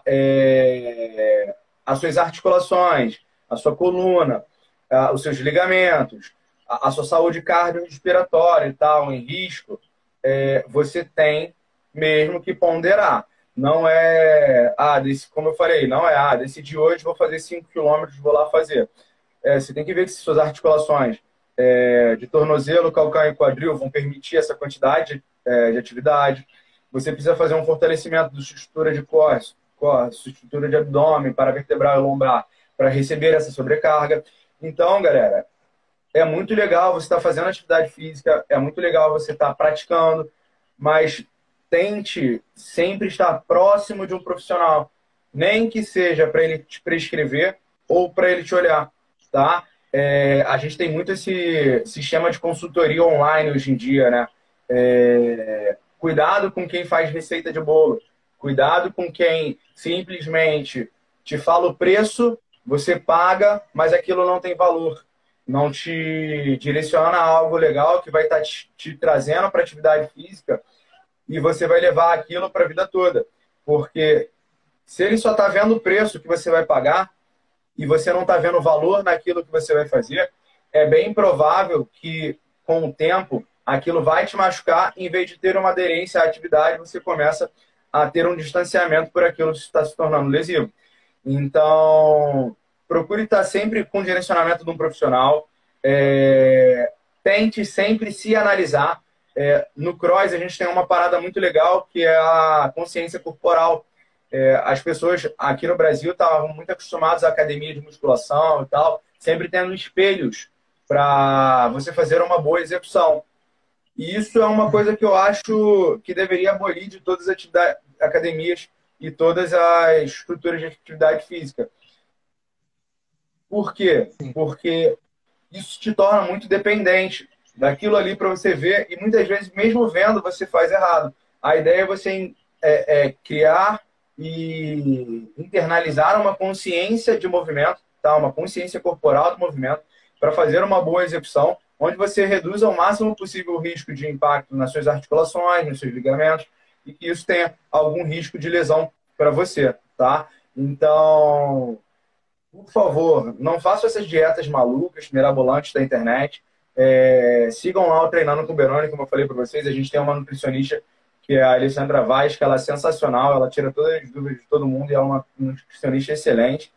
as suas articulações, a sua coluna, os seus ligamentos, a sua saúde cardiorrespiratória e tal, em risco, você tem mesmo que ponderar. Não é, como eu falei, não é, decidi hoje, vou fazer 5 quilômetros, vou lá fazer. Você tem que ver se suas articulações de tornozelo, calcanhar e quadril vão permitir essa quantidade de atividade. Você precisa fazer um fortalecimento da sua estrutura de core, sua estrutura de abdômen, paravertebral e lombar, para receber essa sobrecarga. Então, galera, é muito legal você estar fazendo atividade física, é muito legal você estar praticando, mas tente sempre estar próximo de um profissional, nem que seja para ele te prescrever ou para ele te olhar, tá? A gente tem muito esse sistema de consultoria online hoje em dia, né? Cuidado com quem faz receita de bolo, cuidado com quem simplesmente te fala o preço, você paga, mas aquilo não tem valor. não te direciona a algo legal que vai estar te trazendo para atividade física e você vai levar aquilo para a vida toda. Porque se ele só está vendo o preço que você vai pagar e você não está vendo o valor naquilo que você vai fazer, é bem provável que, com o tempo, aquilo vai te machucar. Em vez de ter uma aderência à atividade, você começa a ter um distanciamento por aquilo que está se tornando lesivo. Então, procure estar sempre com o direcionamento de um profissional. Tente sempre se analisar. No CROSS, a gente tem uma parada muito legal, que é a consciência corporal. As pessoas aqui no Brasil estavam muito acostumadas à academia de musculação e tal, sempre tendo espelhos para você fazer uma boa execução. E isso é uma coisa que eu acho que deveria abolir de todas as academias e todas as estruturas de atividade física. Por quê? Porque isso te torna muito dependente daquilo ali para você ver, e muitas vezes, mesmo vendo, você faz errado. A ideia é você criar e internalizar uma consciência de movimento, tá? Uma consciência corporal do movimento, para fazer uma boa execução, onde você reduz ao máximo possível o risco de impacto nas suas articulações, nos seus ligamentos, e que isso tenha algum risco de lesão para você, tá? Então, por favor, não façam essas dietas malucas, mirabolantes da internet. Sigam lá o Treinando com o Benoni, como eu falei para vocês. A gente tem uma nutricionista, que é a Alessandra Vaz, que ela é sensacional, ela tira todas as dúvidas de todo mundo e é uma nutricionista excelente.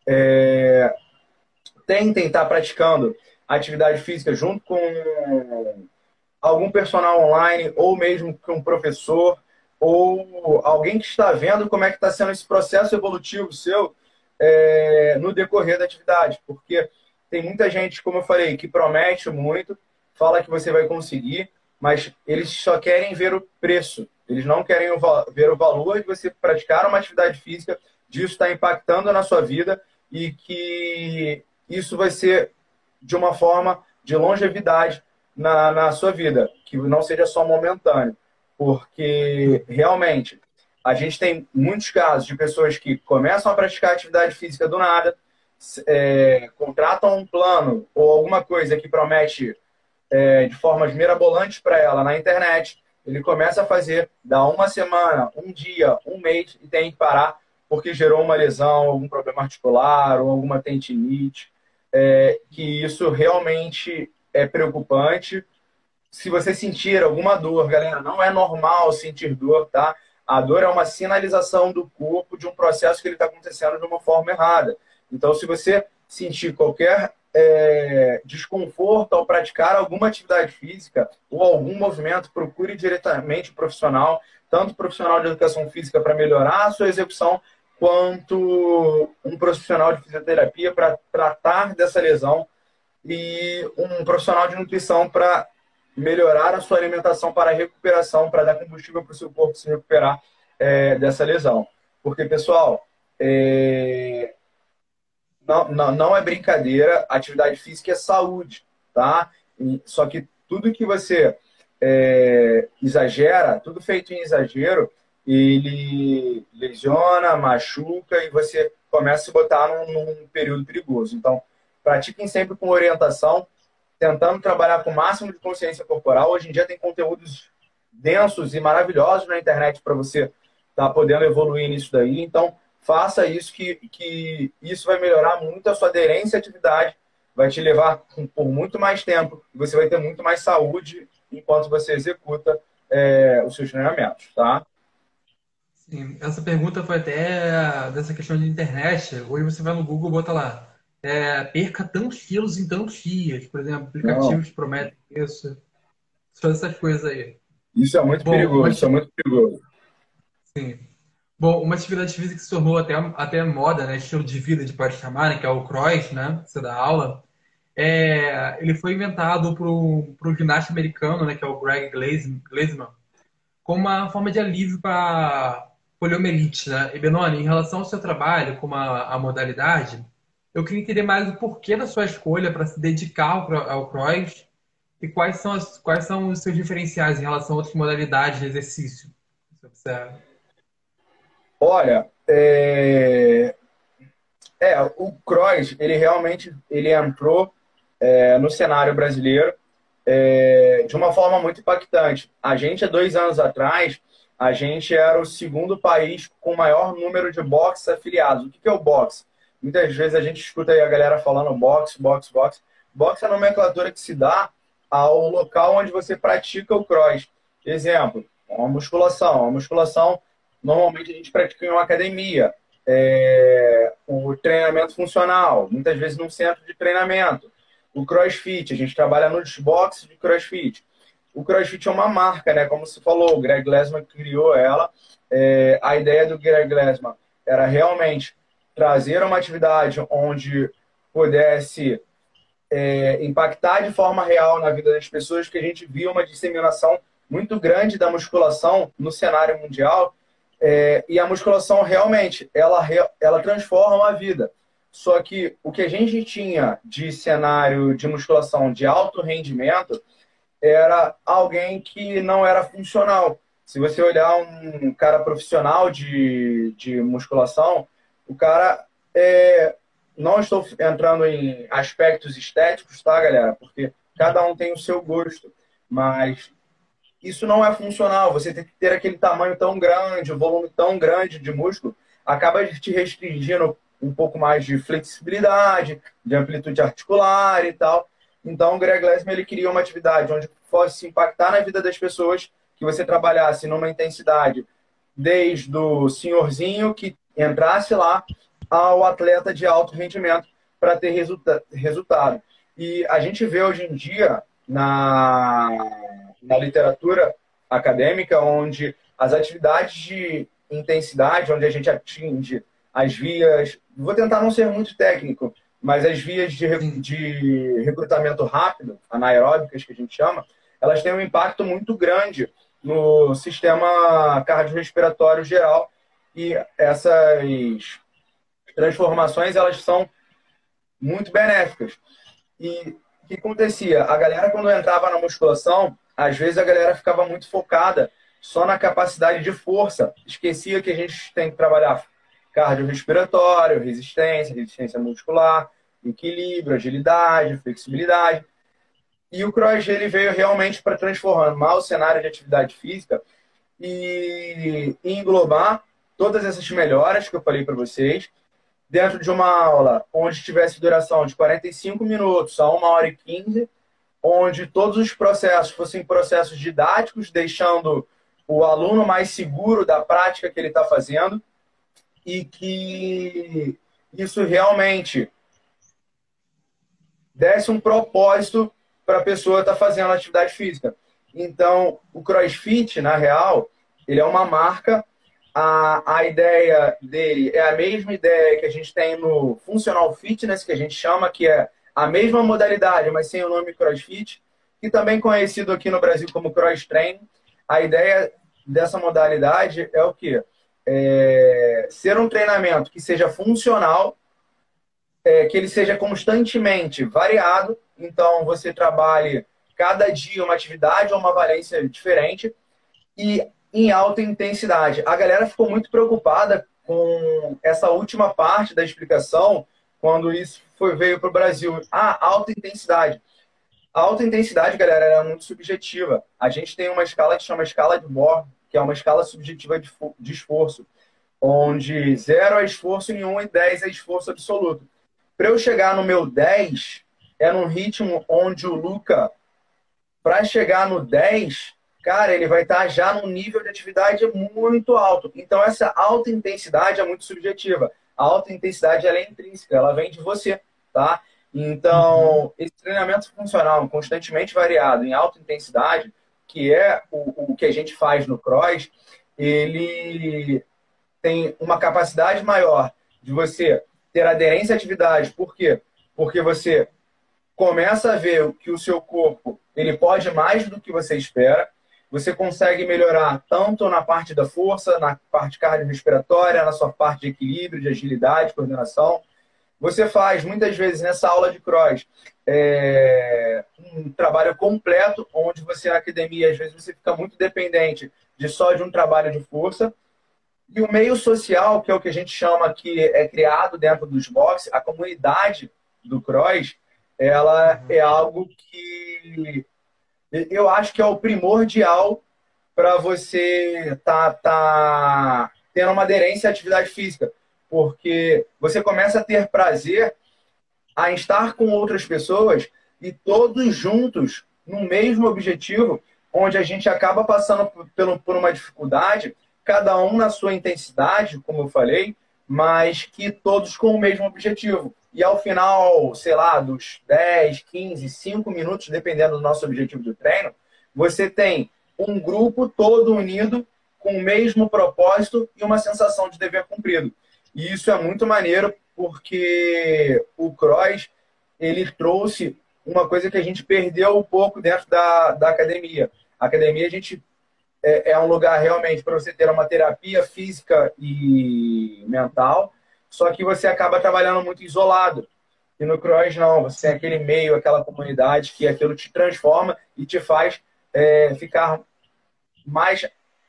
Tentem estar praticando atividade física junto com algum personal online, ou mesmo com um professor, ou alguém que está vendo como é que está sendo esse processo evolutivo seu no decorrer da atividade. Porque tem muita gente, como eu falei, que promete muito, fala que você vai conseguir, mas eles só querem ver o preço. Eles não querem ver o valor de você praticar uma atividade física, disso está impactando na sua vida e que isso vai ser de uma forma de longevidade na sua vida, que não seja só momentâneo. Porque, realmente, a gente tem muitos casos de pessoas que começam a praticar atividade física do nada, contratam um plano ou alguma coisa que promete de formas mirabolantes para ela na internet, ele começa a fazer, dá uma semana, um dia, um mês e tem que parar porque gerou uma lesão, algum problema articular ou alguma tendinite, que isso realmente é preocupante. Se você sentir alguma dor, galera, não é normal sentir dor, tá? A dor é uma sinalização do corpo de um processo que ele está acontecendo de uma forma errada. Então, se você sentir qualquer desconforto ao praticar alguma atividade física ou algum movimento, procure diretamente o profissional, tanto profissional de educação física para melhorar a sua execução, quanto um profissional de fisioterapia para tratar dessa lesão e um profissional de nutrição para melhorar a sua alimentação para a recuperação, para dar combustível para o seu corpo se recuperar dessa lesão. Porque, pessoal, não é brincadeira, atividade física é saúde, tá? Só que tudo que você exagera, tudo feito em exagero, ele lesiona, machuca e você começa a se botar num período perigoso. Então, pratiquem sempre com orientação, tentando trabalhar com o máximo de consciência corporal. Hoje em dia tem conteúdos densos e maravilhosos na internet para você estar podendo evoluir nisso daí. Então, faça isso, que isso vai melhorar muito a sua aderência à atividade, vai te levar por muito mais tempo e você vai ter muito mais saúde enquanto você executa os seus treinamentos, tá? Sim, essa pergunta foi até dessa questão de internet. Hoje você vai no Google e bota lá, perca tantos quilos em tantos dias. Por exemplo, Não, aplicativos prometem isso. Todas essas coisas aí. isso é muito Bom, perigoso, isso é muito perigoso. sim. Bom, uma atividade física que se tornou até moda, né? Estilo de vida, de pode chamar, né? Que é o cross, né? Você dá aula. Ele foi inventado por um ginasta americano, né? Que é o Greg Glassman, como uma forma de alívio para poliomielite, né? E Benoni, em relação ao seu trabalho como a modalidade, eu queria entender mais o porquê da sua escolha para se dedicar ao cross e quais são os seus diferenciais em relação a outras modalidades de exercício. Você observa? Olha, o cross, ele realmente ele entrou no cenário brasileiro de uma forma muito impactante. A gente, há 2 anos atrás, a gente era o segundo país com o maior número de boxes afiliados. O que é o boxe? Muitas vezes a gente escuta aí a galera falando boxe, boxe, boxe. Boxe é a nomenclatura que se dá ao local onde você pratica o cross. Exemplo, uma musculação. A musculação, normalmente a gente pratica em uma academia. O treinamento funcional, muitas vezes num centro de treinamento. O CrossFit, a gente trabalha nos boxes de CrossFit. O CrossFit é uma marca, né? Como você falou, o Greg Glassman criou ela. A ideia do Greg Glassman era realmente trazer uma atividade onde pudesse impactar de forma real na vida das pessoas, que a gente viu uma disseminação muito grande da musculação no cenário mundial. E a musculação realmente, ela transforma a vida. Só que o que a gente tinha de cenário de musculação de alto rendimento era alguém que não era funcional. Se você olhar um cara profissional de musculação, o cara... não estou entrando em aspectos estéticos, tá, galera? Porque cada um tem o seu gosto. Mas isso não é funcional. Você tem que ter aquele tamanho tão grande, o volume tão grande de músculo, acaba te restringindo um pouco mais de flexibilidade, de amplitude articular e tal. Então, o Greg Glassman, ele queria uma atividade onde fosse impactar na vida das pessoas, que você trabalhasse numa intensidade desde o senhorzinho que entrasse lá ao atleta de alto rendimento para ter resultado. E a gente vê hoje em dia na literatura acadêmica, onde as atividades de intensidade, onde a gente atinge as vias, vou tentar não ser muito técnico, mas as vias de recrutamento rápido, anaeróbicas que a gente chama, elas têm um impacto muito grande no sistema cardiorrespiratório geral, e essas transformações, elas são muito benéficas. E o que acontecia? A galera, quando entrava na musculação, às vezes a galera ficava muito focada só na capacidade de força, esquecia que a gente tem que trabalhar cardiorrespiratório, resistência muscular, equilíbrio, agilidade, flexibilidade. E o CrossFit, ele veio realmente para transformar o cenário de atividade física e englobar todas essas melhoras que eu falei para vocês dentro de uma aula onde tivesse duração de 45 minutos a 1h15, onde todos os processos fossem processos didáticos, deixando o aluno mais seguro da prática que ele está fazendo, e que isso realmente desse um propósito para a pessoa estar fazendo atividade física. Então, o CrossFit, na real, ele é uma marca. A ideia dele é a mesma ideia que a gente tem no Functional Fitness, que a gente chama, que é a mesma modalidade, mas sem o nome CrossFit, e também conhecido aqui no Brasil como Cross Training. A ideia dessa modalidade é o quê? Ser um treinamento que seja funcional, que ele seja constantemente variado. Então, você trabalhe cada dia uma atividade ou uma valência diferente e em alta intensidade. A galera ficou muito preocupada com essa última parte da explicação quando isso veio para o Brasil. Alta intensidade. A alta intensidade, galera, era muito subjetiva. A gente tem uma escala que chama escala de Born, que é uma escala subjetiva de esforço, onde 0 é esforço nenhum e 10 é esforço absoluto. Para eu chegar no meu 10, é num ritmo onde o Luca, para chegar no 10, cara, ele vai estar já num nível de atividade muito alto. Então, essa alta intensidade é muito subjetiva. A alta intensidade, ela é intrínseca, ela vem de você, tá? Então, esse treinamento funcional constantemente variado em alta intensidade, que é o que a gente faz no cross, ele tem uma capacidade maior de você ter aderência à atividade. Por quê? Porque você começa a ver que o seu corpo ele pode mais do que você espera. Você consegue melhorar tanto na parte da força, na parte cardiorrespiratória, na sua parte de equilíbrio, de agilidade, coordenação. Você faz, muitas vezes, nessa aula de cross, um trabalho completo, onde você, na academia, às vezes, você fica muito dependente só de um trabalho de força. E o meio social, que é o que a gente chama que é criado dentro dos boxes, a comunidade do cross, ela Uhum. é algo que eu acho que é o primordial para você tá tendo uma aderência à atividade física, porque você começa a ter prazer a estar com outras pessoas e todos juntos no mesmo objetivo, onde a gente acaba passando por uma dificuldade, cada um na sua intensidade, como eu falei, mas que todos com o mesmo objetivo. E ao final, sei lá, dos 10, 15, 5 minutos, dependendo do nosso objetivo do treino, você tem um grupo todo unido com o mesmo propósito e uma sensação de dever cumprido. E isso é muito maneiro porque o cross ele trouxe uma coisa que a gente perdeu um pouco dentro da academia. A academia a gente é um lugar realmente para você ter uma terapia física e mental, só que você acaba trabalhando muito isolado. E no cross não, você tem aquele meio, aquela comunidade que aquilo te transforma e te faz ficar mais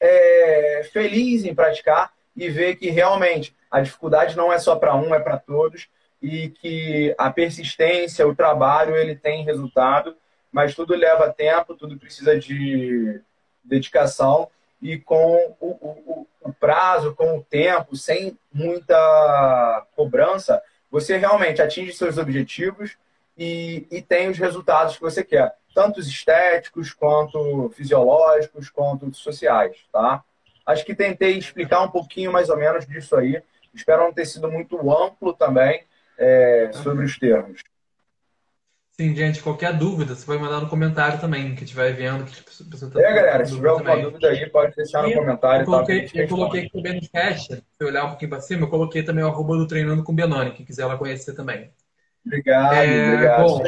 feliz em praticar e ver que realmente a dificuldade não é só para um, é para todos e que a persistência, o trabalho, ele tem resultado, mas tudo leva tempo, tudo precisa de dedicação e com o prazo, com o tempo, sem muita cobrança, você realmente atinge seus objetivos e tem os resultados que você quer, tanto os estéticos, quanto fisiológicos, quanto sociais, tá? Acho que tentei explicar um pouquinho mais ou menos disso aí. Espero não ter sido muito amplo também sobre os termos. Sim, gente, qualquer dúvida, você vai mandar no comentário também, que estiver vendo, que a pessoa está Galera, com se tiver dúvida alguma também. dúvida aí, pode deixar no E comentário, tá? Que a gente eu coloquei responde. aqui também no chat, se eu olhar um pouquinho para cima, eu coloquei também o arroba do Treinando com Benoni, quem quiser lá conhecer também. Obrigado, obrigado. Bom,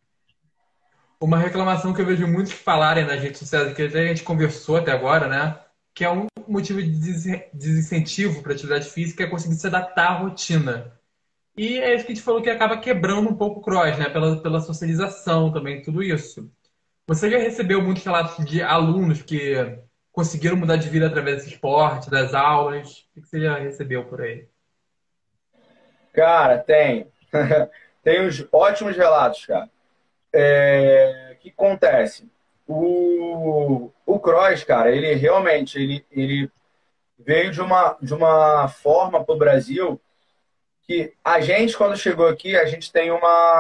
uma reclamação que eu vejo muitos falarem nas redes sociais, que até a gente conversou até agora, né? Que é um motivo de desincentivo para atividade física é conseguir se adaptar à rotina. E é isso que a gente falou que acaba quebrando um pouco o cross, né? Pela socialização também, tudo isso. Você já recebeu muitos relatos de alunos que conseguiram mudar de vida através desse esporte, das aulas? O que você já recebeu por aí? Cara, tem. Tem uns ótimos relatos, cara. O que acontece? O cross, cara, ele realmente ele veio de uma forma para o Brasil que a gente, quando chegou aqui, a gente tem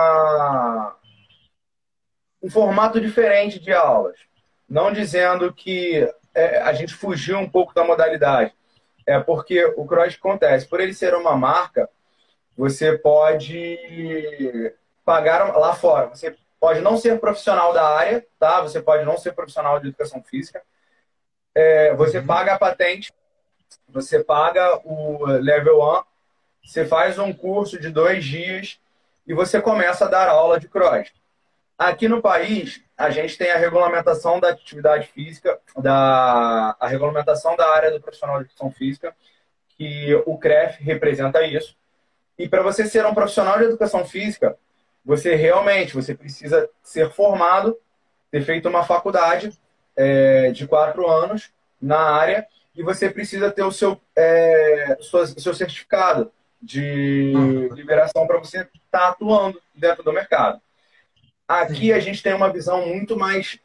um formato diferente de aulas. Não dizendo que a gente fugiu um pouco da modalidade. É porque o cross acontece. Por ele ser uma marca, você pode pagar lá fora. Você pode não ser profissional da área, tá? Você pode não ser profissional de educação física. Você Uhum. paga a patente, você paga o level 1, você faz um curso de 2 dias e você começa a dar aula de cross. Aqui no país, a gente tem a regulamentação da atividade física, a regulamentação da área do profissional de educação física, que o CREF representa isso. E para você ser um profissional de educação física, você precisa ser formado, ter feito uma faculdade de 4 anos na área e você precisa ter seu certificado de Ah, liberação para você estar atuando dentro do mercado. Aqui a sim. gente tem uma visão muito mais.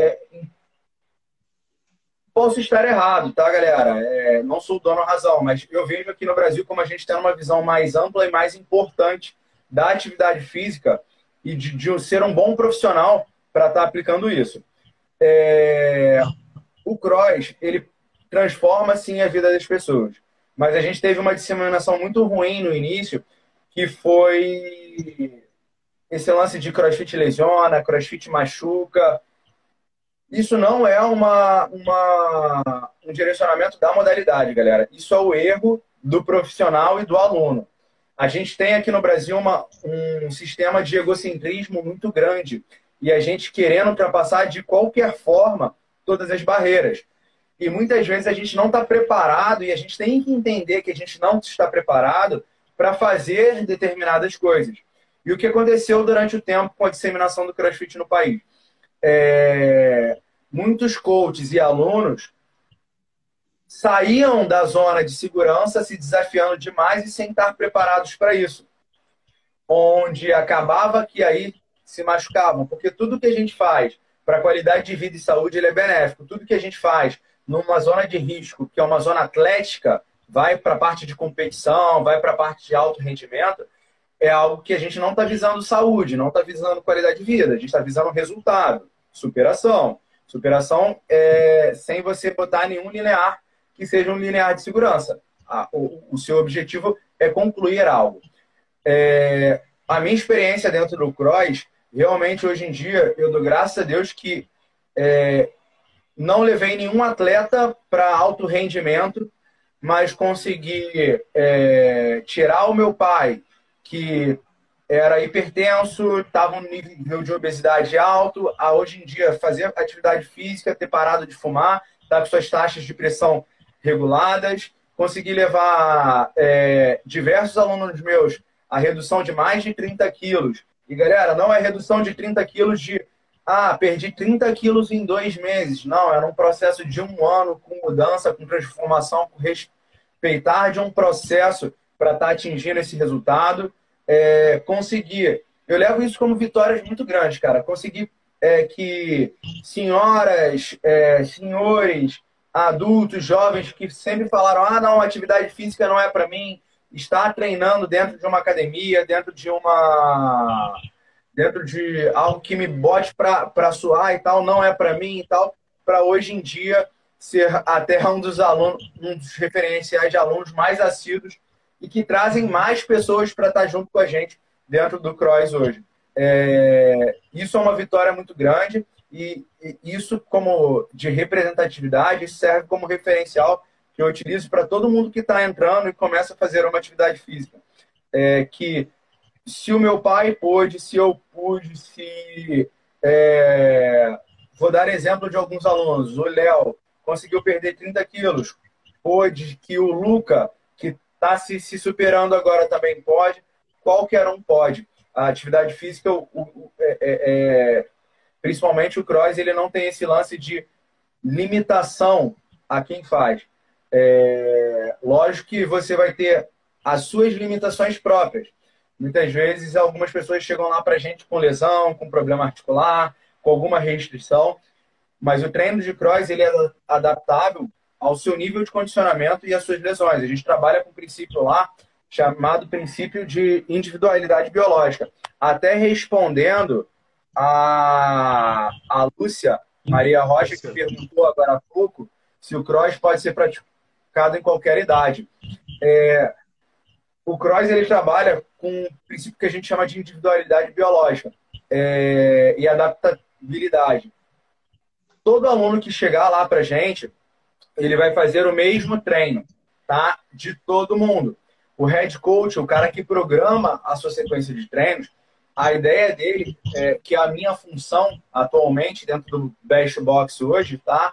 Posso estar errado, tá, galera? Não sou o dono da razão, mas eu vejo aqui no Brasil como a gente tem uma visão mais ampla e mais importante da atividade física e de ser um bom profissional para estar aplicando isso. O cross, ele transforma, sim, a vida das pessoas. Mas a gente teve uma disseminação muito ruim no início, que foi esse lance de crossfit lesiona, crossfit machuca. Isso não é um direcionamento da modalidade, galera. Isso é o erro do profissional e do aluno. A gente tem aqui no Brasil um sistema de egocentrismo muito grande e a gente querendo ultrapassar de qualquer forma todas as barreiras. E muitas vezes a gente não está preparado e a gente tem que entender que a gente não está preparado para fazer determinadas coisas. E o que aconteceu durante o tempo com a disseminação do CrossFit no país? Muitos coaches e alunos saíam da zona de segurança se desafiando demais e sem estar preparados para isso. Onde acabava que aí se machucavam, porque tudo que a gente faz para a qualidade de vida e saúde ele é benéfico. Tudo que a gente faz numa zona de risco, que é uma zona atlética, vai para a parte de competição, vai para a parte de alto rendimento, é algo que a gente não está visando saúde, não está visando qualidade de vida, a gente está visando resultado, superação. Superação é sem você botar nenhum linear que seja um linear de segurança. O seu objetivo é concluir algo. A minha experiência dentro do cross, realmente hoje em dia, eu dou graças a Deus que não levei nenhum atleta para alto rendimento, mas consegui tirar o meu pai, que era hipertenso, estava no nível de obesidade alto, a hoje em dia fazer atividade física, ter parado de fumar, estar com suas taxas de pressão reguladas, consegui levar diversos alunos meus a redução de mais de 30 quilos. E, galera, não é redução de 30 quilos de perdi 30 quilos em 2 meses. Não, era um processo de 1 ano, com mudança, com transformação, com respeitar de um processo para estar atingindo esse resultado. Conseguir. Eu levo isso como vitórias muito grandes, cara. Conseguir que senhoras, senhores, adultos, jovens que sempre falaram: não, atividade física não é para mim, estar treinando dentro de uma academia, dentro de algo que me bote para suar e tal, não é para mim e tal, para hoje em dia ser até um dos referenciais de alunos mais assíduos e que trazem mais pessoas para estar junto com a gente dentro do cross hoje. Isso é uma vitória muito grande e isso, como de representatividade, serve como referencial que eu utilizo para todo mundo que está entrando e começa a fazer uma atividade física. Que se o meu pai pôde, se eu pude, vou dar exemplo de alguns alunos. O Léo conseguiu perder 30 quilos. Pôde, que o Luca, que está se superando agora, também pode. Qualquer um pode. A atividade física, principalmente o cross, ele não tem esse lance de limitação a quem faz. Lógico que você vai ter as suas limitações próprias. Muitas vezes, algumas pessoas chegam lá para a gente com lesão, com problema articular, com alguma restrição, mas o treino de cross ele é adaptável ao seu nível de condicionamento e às suas lesões. A gente trabalha com um princípio lá chamado princípio de individualidade biológica. Até respondendo a Lúcia Maria Rocha, que perguntou agora há pouco se o cross pode ser praticado em qualquer idade. O cross ele trabalha com um princípio que a gente chama de individualidade biológica e adaptabilidade. Todo aluno que chegar lá para a gente, ele vai fazer o mesmo treino, tá? De todo mundo. O head coach, o cara que programa a sua sequência de treinos, a ideia dele é que a minha função atualmente dentro do Best Box hoje, tá?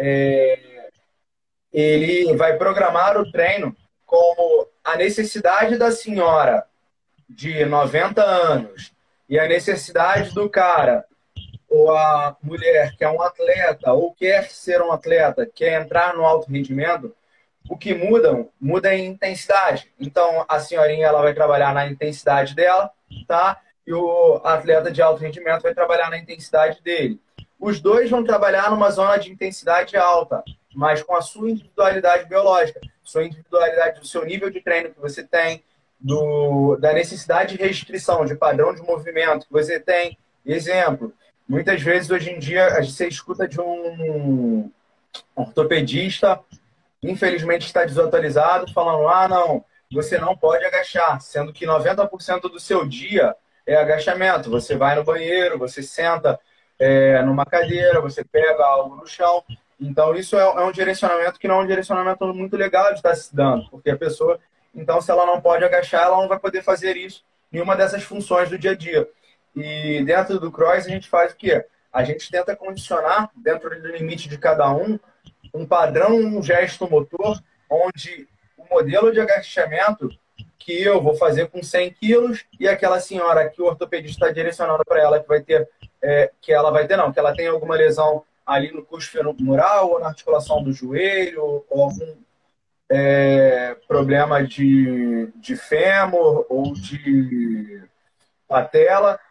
Ele vai programar o treino como a necessidade da senhora de 90 anos e a necessidade do cara ou a mulher que é um atleta ou quer ser um atleta, quer entrar no alto rendimento, o que muda em intensidade. Então, a senhorinha ela vai trabalhar na intensidade dela, tá? E o atleta de alto rendimento vai trabalhar na intensidade dele. Os dois vão trabalhar numa zona de intensidade alta, mas com a sua individualidade biológica, sua individualidade do seu nível de treino que você tem, da necessidade de restrição, de padrão de movimento que você tem. Exemplo, muitas vezes hoje em dia você escuta de um ortopedista, infelizmente está desatualizado, falando: não, você não pode agachar, sendo que 90% do seu dia é agachamento. Você vai no banheiro, você senta numa cadeira, você pega algo no chão. Então, isso é um direcionamento que não é um direcionamento muito legal de estar se dando, porque a pessoa, então, se ela não pode agachar, ela não vai poder fazer isso, nenhuma dessas funções do dia a dia. E dentro do cross, a gente faz o quê? A gente tenta condicionar, dentro do limite de cada um padrão, um gesto motor, onde o modelo de agachamento que eu vou fazer com 100 quilos e aquela senhora que o ortopedista está direcionando para ela que ela tem alguma lesão ali no curso femoral ou na articulação do joelho ou algum problema de fêmur ou de patela,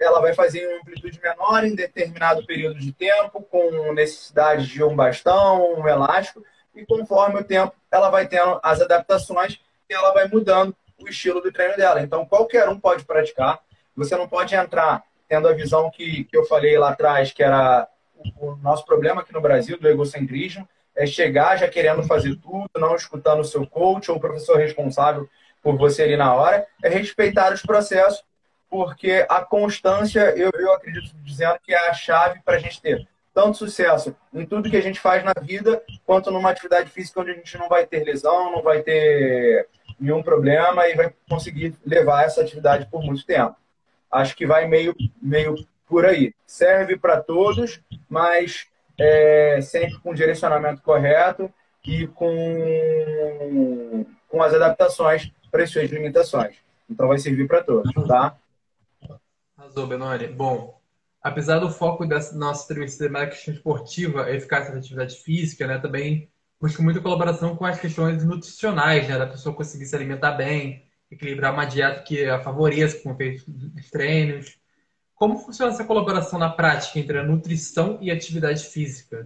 ela vai fazer em uma amplitude menor em determinado período de tempo, com necessidade de um bastão, um elástico, e conforme o tempo ela vai tendo as adaptações e ela vai mudando o estilo do treino dela. Então, qualquer um pode praticar. Você não pode entrar tendo a visão que eu falei lá atrás, que era o nosso problema aqui no Brasil, do egocentrismo, é chegar já querendo fazer tudo, não escutando o seu coach ou o professor responsável por você ali na hora, é respeitar os processos, porque a constância, eu acredito dizendo que é a chave para a gente ter tanto sucesso em tudo que a gente faz na vida, quanto numa atividade física onde a gente não vai ter lesão, não vai ter nenhum problema e vai conseguir levar essa atividade por muito tempo. Acho que vai meio por aí. Serve para todos, mas sempre com o direcionamento correto e com as adaptações para as suas limitações. Então vai servir para todos, tá? Arrasou, Benoni. Bom, apesar do foco dessa nossa entrevista ser mais questão esportiva, a eficácia da atividade física, né, também busca muita colaboração com as questões nutricionais, né, da pessoa conseguir se alimentar bem, equilibrar uma dieta que a favoreça com o efeito dos treinos. Como funciona essa colaboração na prática entre a nutrição e a atividade física?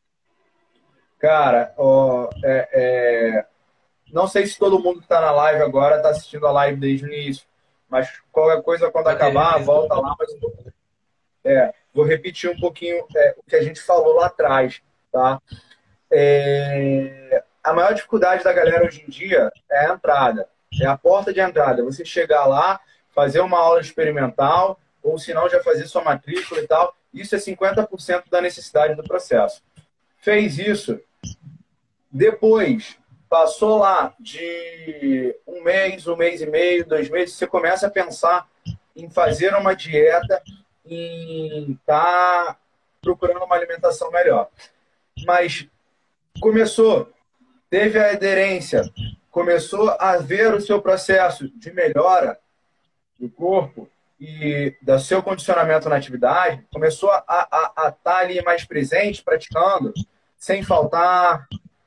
Cara, não sei se todo mundo que está na live agora está assistindo a live desde o início, mas qualquer coisa, quando acabar, volta lá. Mas, vou repetir um pouquinho o que a gente falou lá atrás, tá? A maior dificuldade da galera hoje em dia é a entrada, é a porta de entrada. Você chegar lá, fazer uma aula experimental, ou se não, já fazer sua matrícula e tal. Isso é 50% da necessidade do processo. Fez isso, depois passou lá de um mês e meio, 2 meses, você começa a pensar em fazer uma dieta, em estar procurando uma alimentação melhor. Mas começou, teve a aderência, começou a ver o seu processo de melhora do corpo e do seu condicionamento na atividade, começou a estar ali mais presente, praticando, sem faltar,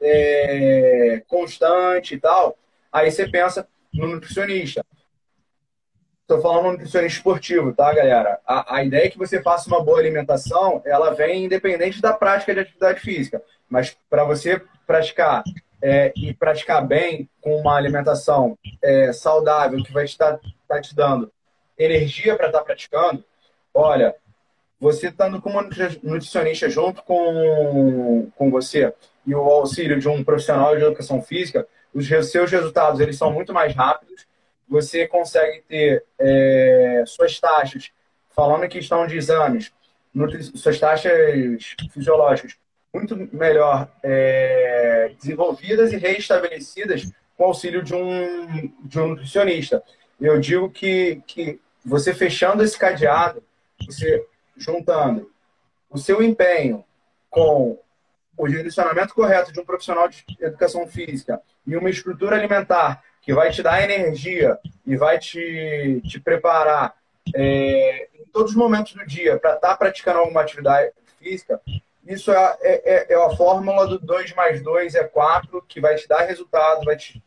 constante e tal. Aí você pensa no nutricionista. Estou falando no nutricionista esportivo, tá, galera? A ideia é que você faça uma boa alimentação, ela vem independente da prática de atividade física. Mas para você praticar e praticar bem com uma alimentação saudável, que vai estar te dando energia para estar praticando, olha, você estando com uma nutricionista junto com você e o auxílio de um profissional de educação física, os seus resultados eles são muito mais rápidos. Você consegue ter suas taxas, falando em questão de exames, suas taxas fisiológicas muito melhor desenvolvidas e reestabelecidas com o auxílio de um nutricionista. Eu digo que você fechando esse cadeado, você juntando o seu empenho com o direcionamento correto de um profissional de educação física e uma estrutura alimentar que vai te dar energia e vai te preparar em todos os momentos do dia para estar praticando alguma atividade física, isso é a fórmula do 2 mais 2 é 4, que vai te dar resultado, vai te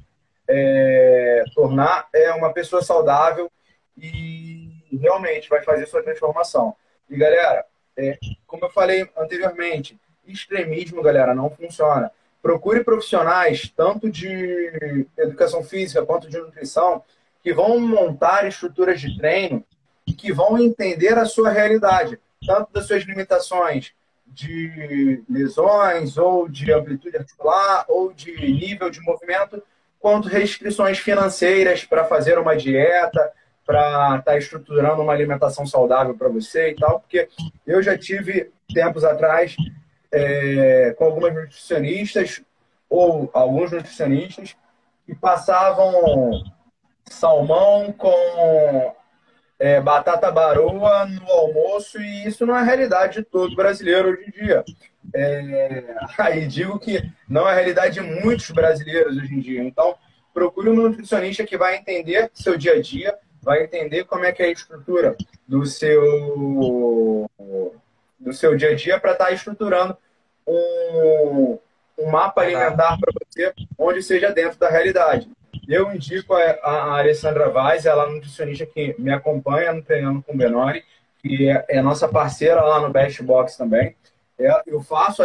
tornar uma pessoa saudável e realmente vai fazer sua transformação. E, galera, como eu falei anteriormente, extremismo, galera, não funciona. Procure profissionais, tanto de educação física quanto de nutrição, que vão montar estruturas de treino e que vão entender a sua realidade, tanto das suas limitações de lesões, ou de amplitude articular, ou de nível de movimento, quanto restrições financeiras para fazer uma dieta, para estar estruturando uma alimentação saudável para você e tal, porque eu já tive, tempos atrás, com algumas nutricionistas, ou alguns nutricionistas, que passavam salmão com batata baroa no almoço, e isso não é a realidade de todo brasileiro hoje em dia. Aí digo que não é a realidade de muitos brasileiros hoje em dia. Então, procure um nutricionista que vai entender seu dia a dia, vai entender como é que é a estrutura do seu dia a dia para estar estruturando um mapa alimentar para você onde seja dentro da realidade. eu indico a Alessandra Vaz, ela é nutricionista que me acompanha no Treinando com o Benoni, que é nossa parceira lá no Best Box também. Eu faço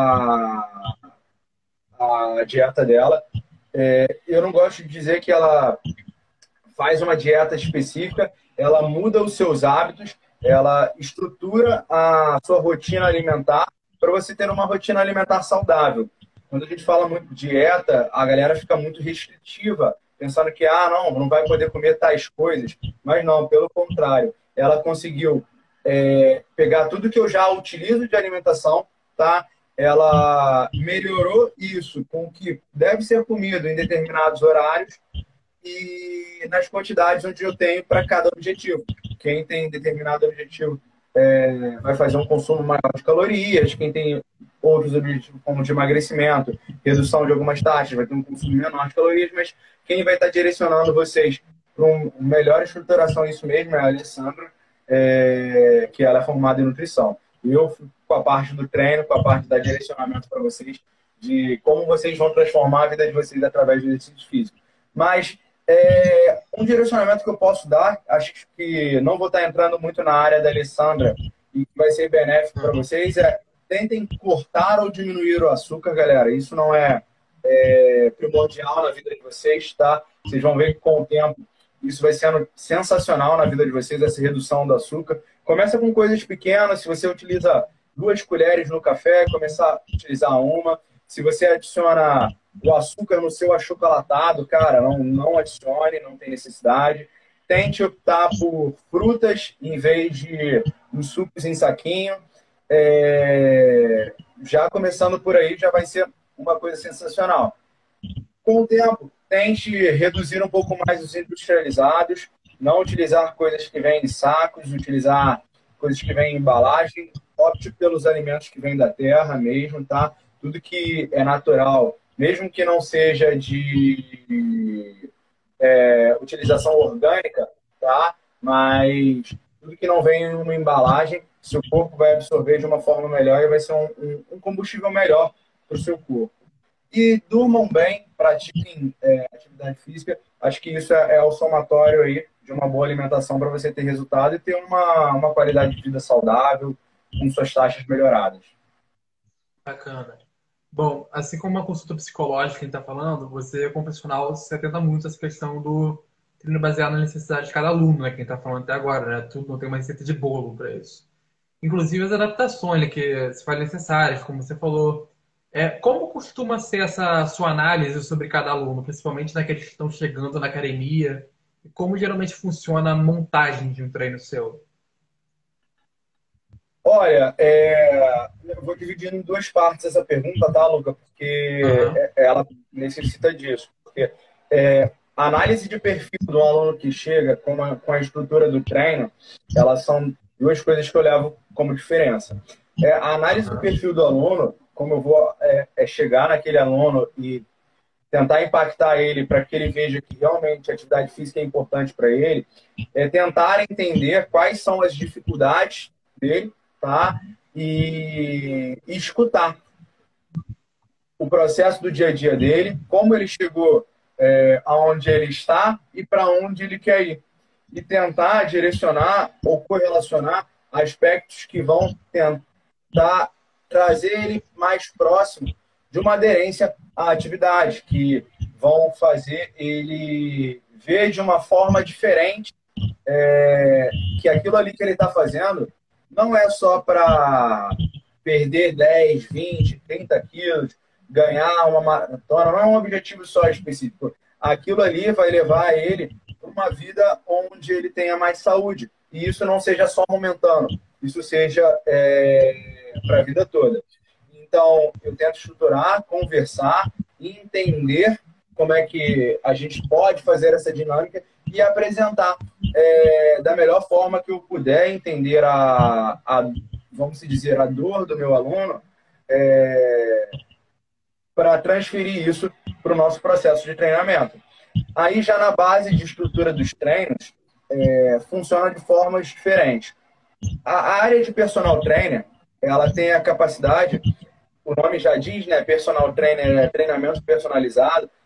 a dieta dela. Eu não gosto de dizer que ela faz uma dieta específica, ela muda os seus hábitos, ela estrutura a sua rotina alimentar para você ter uma rotina alimentar saudável. Quando a gente fala muito de dieta, a galera fica muito restritiva, pensando que não vai poder comer tais coisas. Mas não, pelo contrário, ela conseguiu pegar tudo que eu já utilizo de alimentação, tá? Ela melhorou isso com o que deve ser comido em determinados horários e nas quantidades onde eu tenho para cada objetivo. Quem tem determinado objetivo vai fazer um consumo maior de calorias, quem tem outros objetivos como de emagrecimento, redução de algumas taxas, vai ter um consumo menor de calorias, mas quem vai estar direcionando vocês para uma melhor estruturação, isso mesmo, é a Alessandra, que ela é formada em nutrição. E eu fico com a parte do treino, com a parte da direcionamento para vocês, de como vocês vão transformar a vida de vocês através do exercício físico. Mas um direcionamento que eu posso dar, acho que não vou estar entrando muito na área da Alessandra e que vai ser benéfico para vocês, tentem cortar ou diminuir o açúcar, galera. Isso não é primordial na vida de vocês, tá? Vocês vão ver que com o tempo isso vai sendo sensacional na vida de vocês, essa redução do açúcar. Começa com coisas pequenas. Se você utiliza 2 colheres no café, começar a utilizar uma. Se você adiciona o açúcar no seu achocolatado, cara, não adicione, não tem necessidade. Tente optar por frutas em vez de uns sucos em saquinho. Já começando por aí, já vai ser uma coisa sensacional. Com o tempo, tente reduzir um pouco mais os industrializados, não utilizar coisas que vêm em sacos, utilizar coisas que vêm em embalagem, opte pelos alimentos que vêm da terra mesmo, tá? Tudo que é natural, mesmo que não seja de utilização orgânica, tá? Mas tudo que não vem em uma embalagem, seu corpo vai absorver de uma forma melhor e vai ser um combustível melhor para o seu corpo. E durmam bem, pratiquem atividade física. Acho que isso é o somatório aí de uma boa alimentação para você ter resultado e ter uma qualidade de vida saudável, com suas taxas melhoradas. Bacana. Bom, assim como uma consulta psicológica que a gente está falando, você, como profissional, se atenta muito a essa questão do treino baseado na necessidade de cada aluno, né? Quem está falando até agora, né? Tudo não tem uma receita de bolo para isso. Inclusive as adaptações, né, que se fazem necessárias, como você falou. Como costuma ser essa sua análise sobre cada aluno, principalmente naqueles que estão chegando na academia? E como geralmente funciona a montagem de um treino seu? Olha, eu vou dividir em 2 partes essa pergunta, tá, Luca? Porque ela necessita disso. Porque a análise de perfil do aluno que chega com a estrutura do treino, elas são 2 coisas que eu levo como diferença. A análise do perfil do aluno, como eu vou chegar naquele aluno e tentar impactar ele para que ele veja que realmente a atividade física é importante para ele, tentar entender quais são as dificuldades dele, tá? E escutar o processo do dia a dia dele, como ele chegou aonde ele está e para onde ele quer ir. E tentar direcionar ou correlacionar aspectos que vão tentar trazer ele mais próximo de uma aderência à atividade, que vão fazer ele ver de uma forma diferente que aquilo ali que ele está fazendo não é só para perder 10, 20, 30 quilos, ganhar uma maratona, não é um objetivo só específico. Aquilo ali vai levar ele para uma vida onde ele tenha mais saúde. E isso não seja só momentâneo, isso seja para a vida toda. Então, eu tento estruturar, conversar e entender como é que a gente pode fazer essa dinâmica e apresentar da melhor forma que eu puder, entender vamos dizer, a dor do meu aluno, para transferir isso para o nosso processo de treinamento. Aí, já na base de estrutura dos treinos, funciona de formas diferentes. A área de personal trainer, ela tem a capacidade, o nome já diz, né? Personal trainer é treinamento personalizado.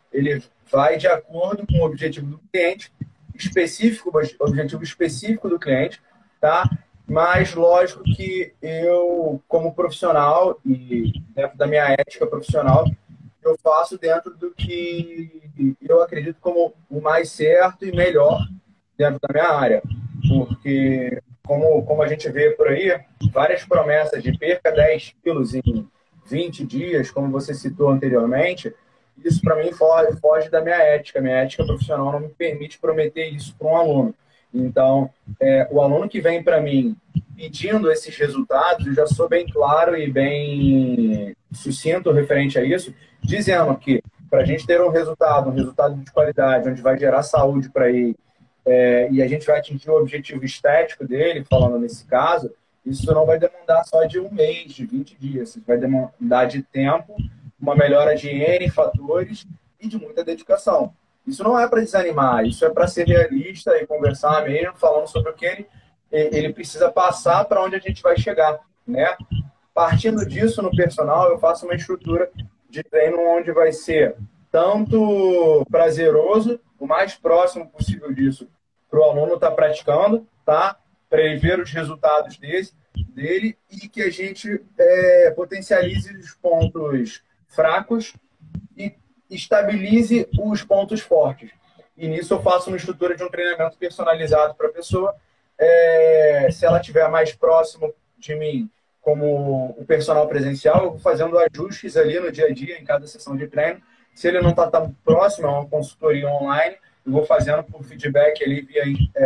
ele vai de acordo com o objetivo do cliente, específico, objetivo específico do cliente, tá? Mas lógico que eu, como profissional e dentro da minha ética profissional, eu faço dentro do que eu acredito como o mais certo e melhor dentro da minha área. Porque, como a gente vê por aí, várias promessas de perca 10 quilos em 20 dias, como você citou anteriormente, isso para mim foge da minha ética. Minha ética profissional não me permite prometer isso para um aluno. Então, o aluno que vem para mim pedindo esses resultados, eu já sou bem claro e bem sucinto referente a isso, dizendo que para a gente ter um resultado de qualidade, onde vai gerar saúde para ele, e a gente vai atingir o objetivo estético dele, falando nesse caso, isso não vai demandar só de um mês, de 20 dias. Isso vai demandar de tempo, uma melhora de N fatores e de muita dedicação. Isso não é para desanimar, isso é para ser realista e conversar mesmo, falando sobre o que ele precisa passar para onde a gente vai chegar, né? Partindo disso, no personal, eu faço uma estrutura de treino onde vai ser tanto prazeroso, o mais próximo possível disso, para o aluno estar praticando, tá? Para ele ver os resultados dele e que a gente potencialize os pontos fracos e estabilize os pontos fortes. E nisso eu faço uma estrutura de um treinamento personalizado para a pessoa. Se ela estiver mais próximo de mim, como o personal presencial, eu vou fazendo ajustes ali no dia a dia, em cada sessão de treino. Se ele não está tão próximo, é uma consultoria online, eu vou fazendo por feedback ali via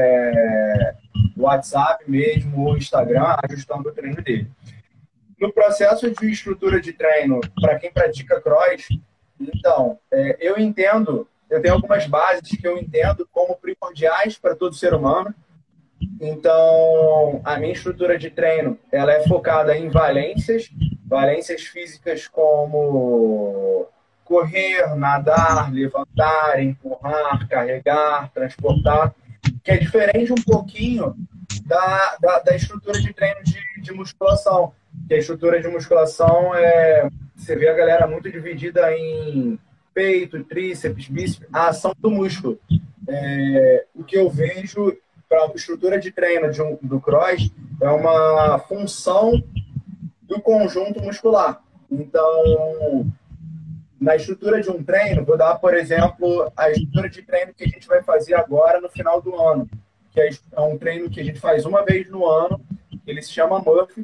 WhatsApp mesmo, ou Instagram, ajustando o treino dele. No processo de estrutura de treino, para quem pratica cross, então, eu tenho algumas bases que eu entendo como primordiais para todo ser humano. Então, a minha estrutura de treino, ela é focada em valências físicas como correr, nadar, levantar, empurrar, carregar, transportar, que é diferente um pouquinho da estrutura de treino de musculação. Que a estrutura de musculação você vê a galera muito dividida em peito, tríceps, bíceps, a ação do músculo. O que eu vejo para a estrutura de treino do cross é uma função do conjunto muscular. Então, na estrutura de um treino, vou dar, por exemplo, a estrutura de treino que a gente vai fazer agora no final do ano, que é um treino que a gente faz uma vez no ano, ele se chama Murphy.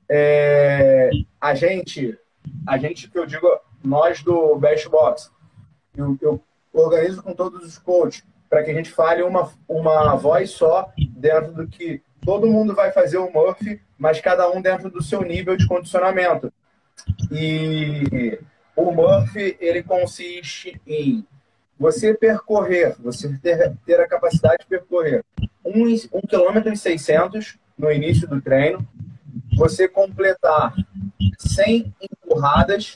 A gente que eu digo, nós do Best Box, eu organizo com todos os coaches para que a gente fale uma voz só dentro do que todo mundo vai fazer o Murphy, mas cada um dentro do seu nível de condicionamento. E o Murphy, ele consiste em você percorrer, você ter a capacidade de percorrer 1,6 km no início do treino, você completar 100 empurradas,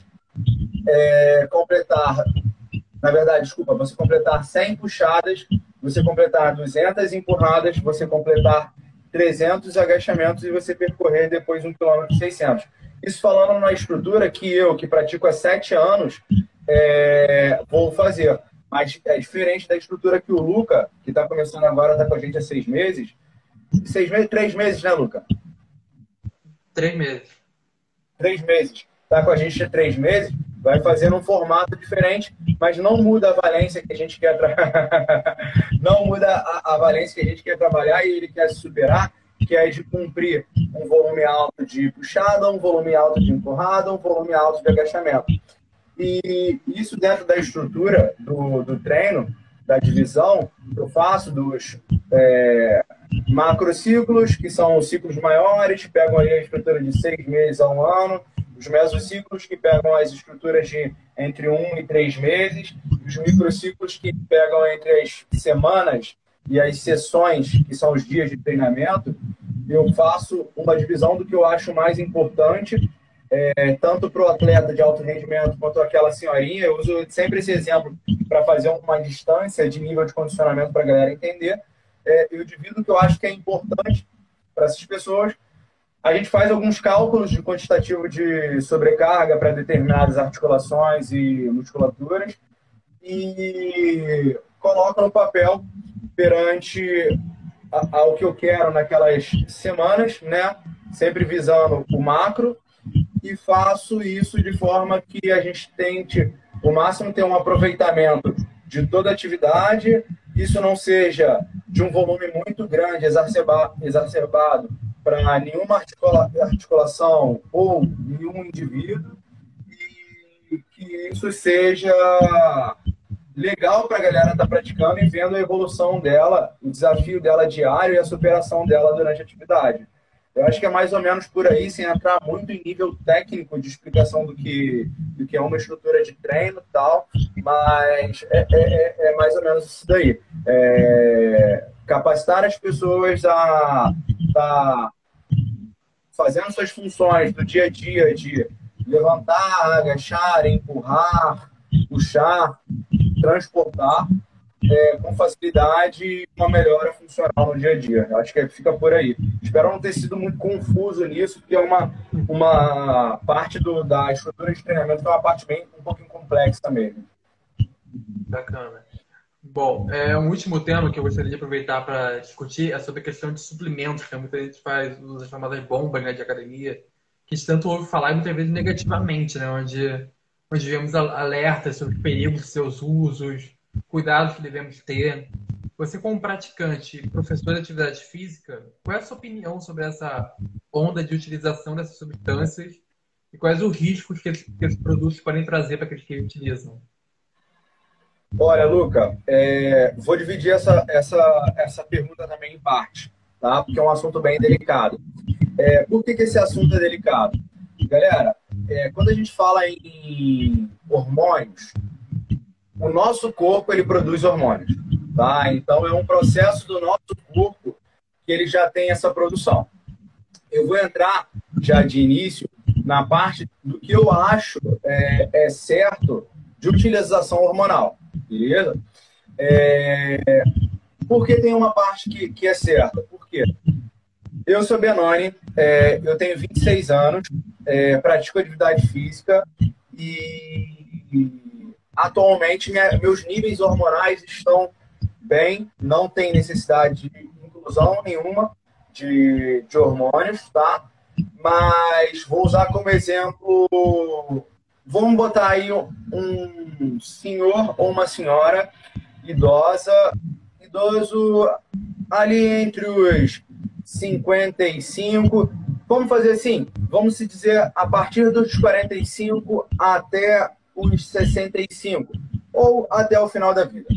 você completar 100 puxadas, você completar 200 empurradas, você completar 300 agachamentos e você percorrer depois 1,6 km. Isso falando na estrutura que eu, que pratico há 7 anos, vou fazer. Mas é diferente da estrutura que o Luca, que está começando agora, está com a gente há 6 meses. 3 meses, né, Luca? 3 meses. 3 meses. Está com a gente há 3 meses, vai fazer num formato diferente, mas não muda a valência que a gente quer não muda a valência que a gente quer trabalhar e ele quer se superar, que é de cumprir um volume alto de puxada, um volume alto de empurrada, um volume alto de agachamento. E isso dentro da estrutura do treino, da divisão, eu faço dos macrociclos, que são os ciclos maiores, que pegam ali a estrutura de 6 meses a 1 ano, os mesociclos, que pegam as estruturas de entre 1 e 3 meses, os microciclos, que pegam entre as semanas e as sessões, que são os dias de treinamento. Eu faço uma divisão do que eu acho mais importante, tanto para o atleta de alto rendimento quanto aquela senhorinha. Eu uso sempre esse exemplo para fazer uma distância de nível de condicionamento para a galera entender. Eu divido o que eu acho que é importante para essas pessoas. A gente faz alguns cálculos de quantitativo de sobrecarga para determinadas articulações e musculaturas. e coloco no papel perante ao que eu quero naquelas semanas, né? Sempre visando o macro, e faço isso de forma que a gente tente, o máximo, ter um aproveitamento de toda a atividade, isso não seja de um volume muito grande, exacerbado para nenhuma articulação ou nenhum indivíduo, e que isso seja legal para a galera estar praticando e vendo a evolução dela, o desafio dela diário e a superação dela durante a atividade. Eu acho que é mais ou menos por aí, sem entrar muito em nível técnico de explicação do que é uma estrutura de treino e tal, mas é mais ou menos isso daí. Capacitar as pessoas a estar fazendo suas funções do dia a dia, de levantar, agachar, empurrar, puxar, transportar, com facilidade e uma melhora funcional no dia a dia. Eu acho que fica por aí. Espero não ter sido muito confuso nisso, porque é uma parte da estrutura de treinamento que é uma parte um pouquinho complexa mesmo. Bacana. Bom, um último tema que eu gostaria de aproveitar para discutir é sobre a questão de suplementos, que muita gente usa as chamadas bombas, né, de academia, que a gente tanto ouve falar e muitas vezes negativamente, né, onde vemos alertas sobre perigos de seus usos, cuidados que devemos ter. Você, como praticante e professor de atividade física, qual é a sua opinião sobre essa onda de utilização dessas substâncias e quais os riscos que esses produtos podem trazer para aqueles que utilizam? Olha, Luca, vou dividir essa pergunta também em parte, tá? Porque é um assunto bem delicado. Por que esse assunto é delicado? Galera, quando a gente fala em hormônios, o nosso corpo ele produz hormônios, tá? Então é um processo do nosso corpo que ele já tem essa produção. Eu vou entrar já de início na parte do que eu acho certo de utilização hormonal, beleza? Porque tem uma parte que é certa. Por quê? Eu sou Benoni, eu tenho 26 anos, pratico atividade física e atualmente meus níveis hormonais estão bem, não tem necessidade de inclusão nenhuma de hormônios, tá? Mas vou usar como exemplo, vamos botar aí um senhor ou uma senhora idoso ali entre os 55, vamos fazer assim, vamos se dizer a partir dos 45 até os 65, ou até o final da vida.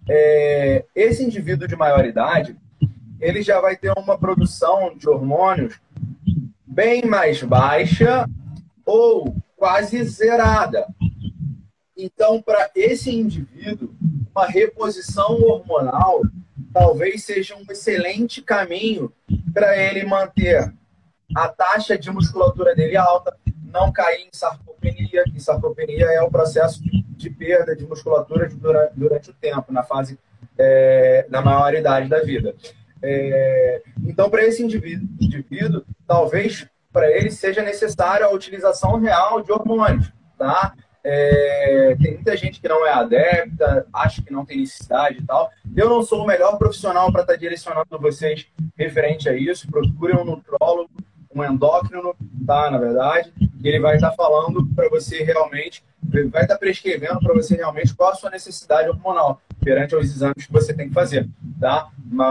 Esse indivíduo de maior idade, ele já vai ter uma produção de hormônios bem mais baixa ou quase zerada. Então, para esse indivíduo, uma reposição hormonal talvez seja um excelente caminho para ele manter a taxa de musculatura dele alta, não cair em sarcopenia, que sarcopenia é o processo de perda de musculatura durante o tempo, na fase da maioridade da vida. Então, para esse indivíduo, talvez para ele seja necessária a utilização real de hormônios, tá? Tem muita gente que não é adepta, acha que não tem necessidade e tal. Eu não sou o melhor profissional para estar direcionando vocês referente a isso. Procure um nutrólogo, um endócrino, tá? Na verdade, e ele vai estar falando para você realmente, ele vai estar prescrevendo para você realmente qual a sua necessidade hormonal perante aos exames que você tem que fazer, tá?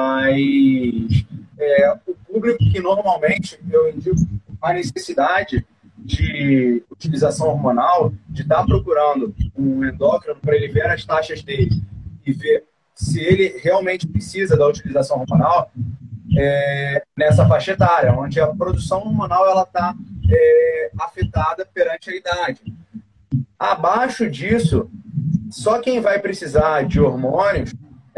Mas o público que normalmente eu indico a necessidade de utilização hormonal, de estar procurando um endócrino para ele ver as taxas dele e ver se ele realmente precisa da utilização hormonal, nessa faixa etária, onde a produção hormonal ela está afetada perante a idade. Abaixo disso, só quem vai precisar de hormônios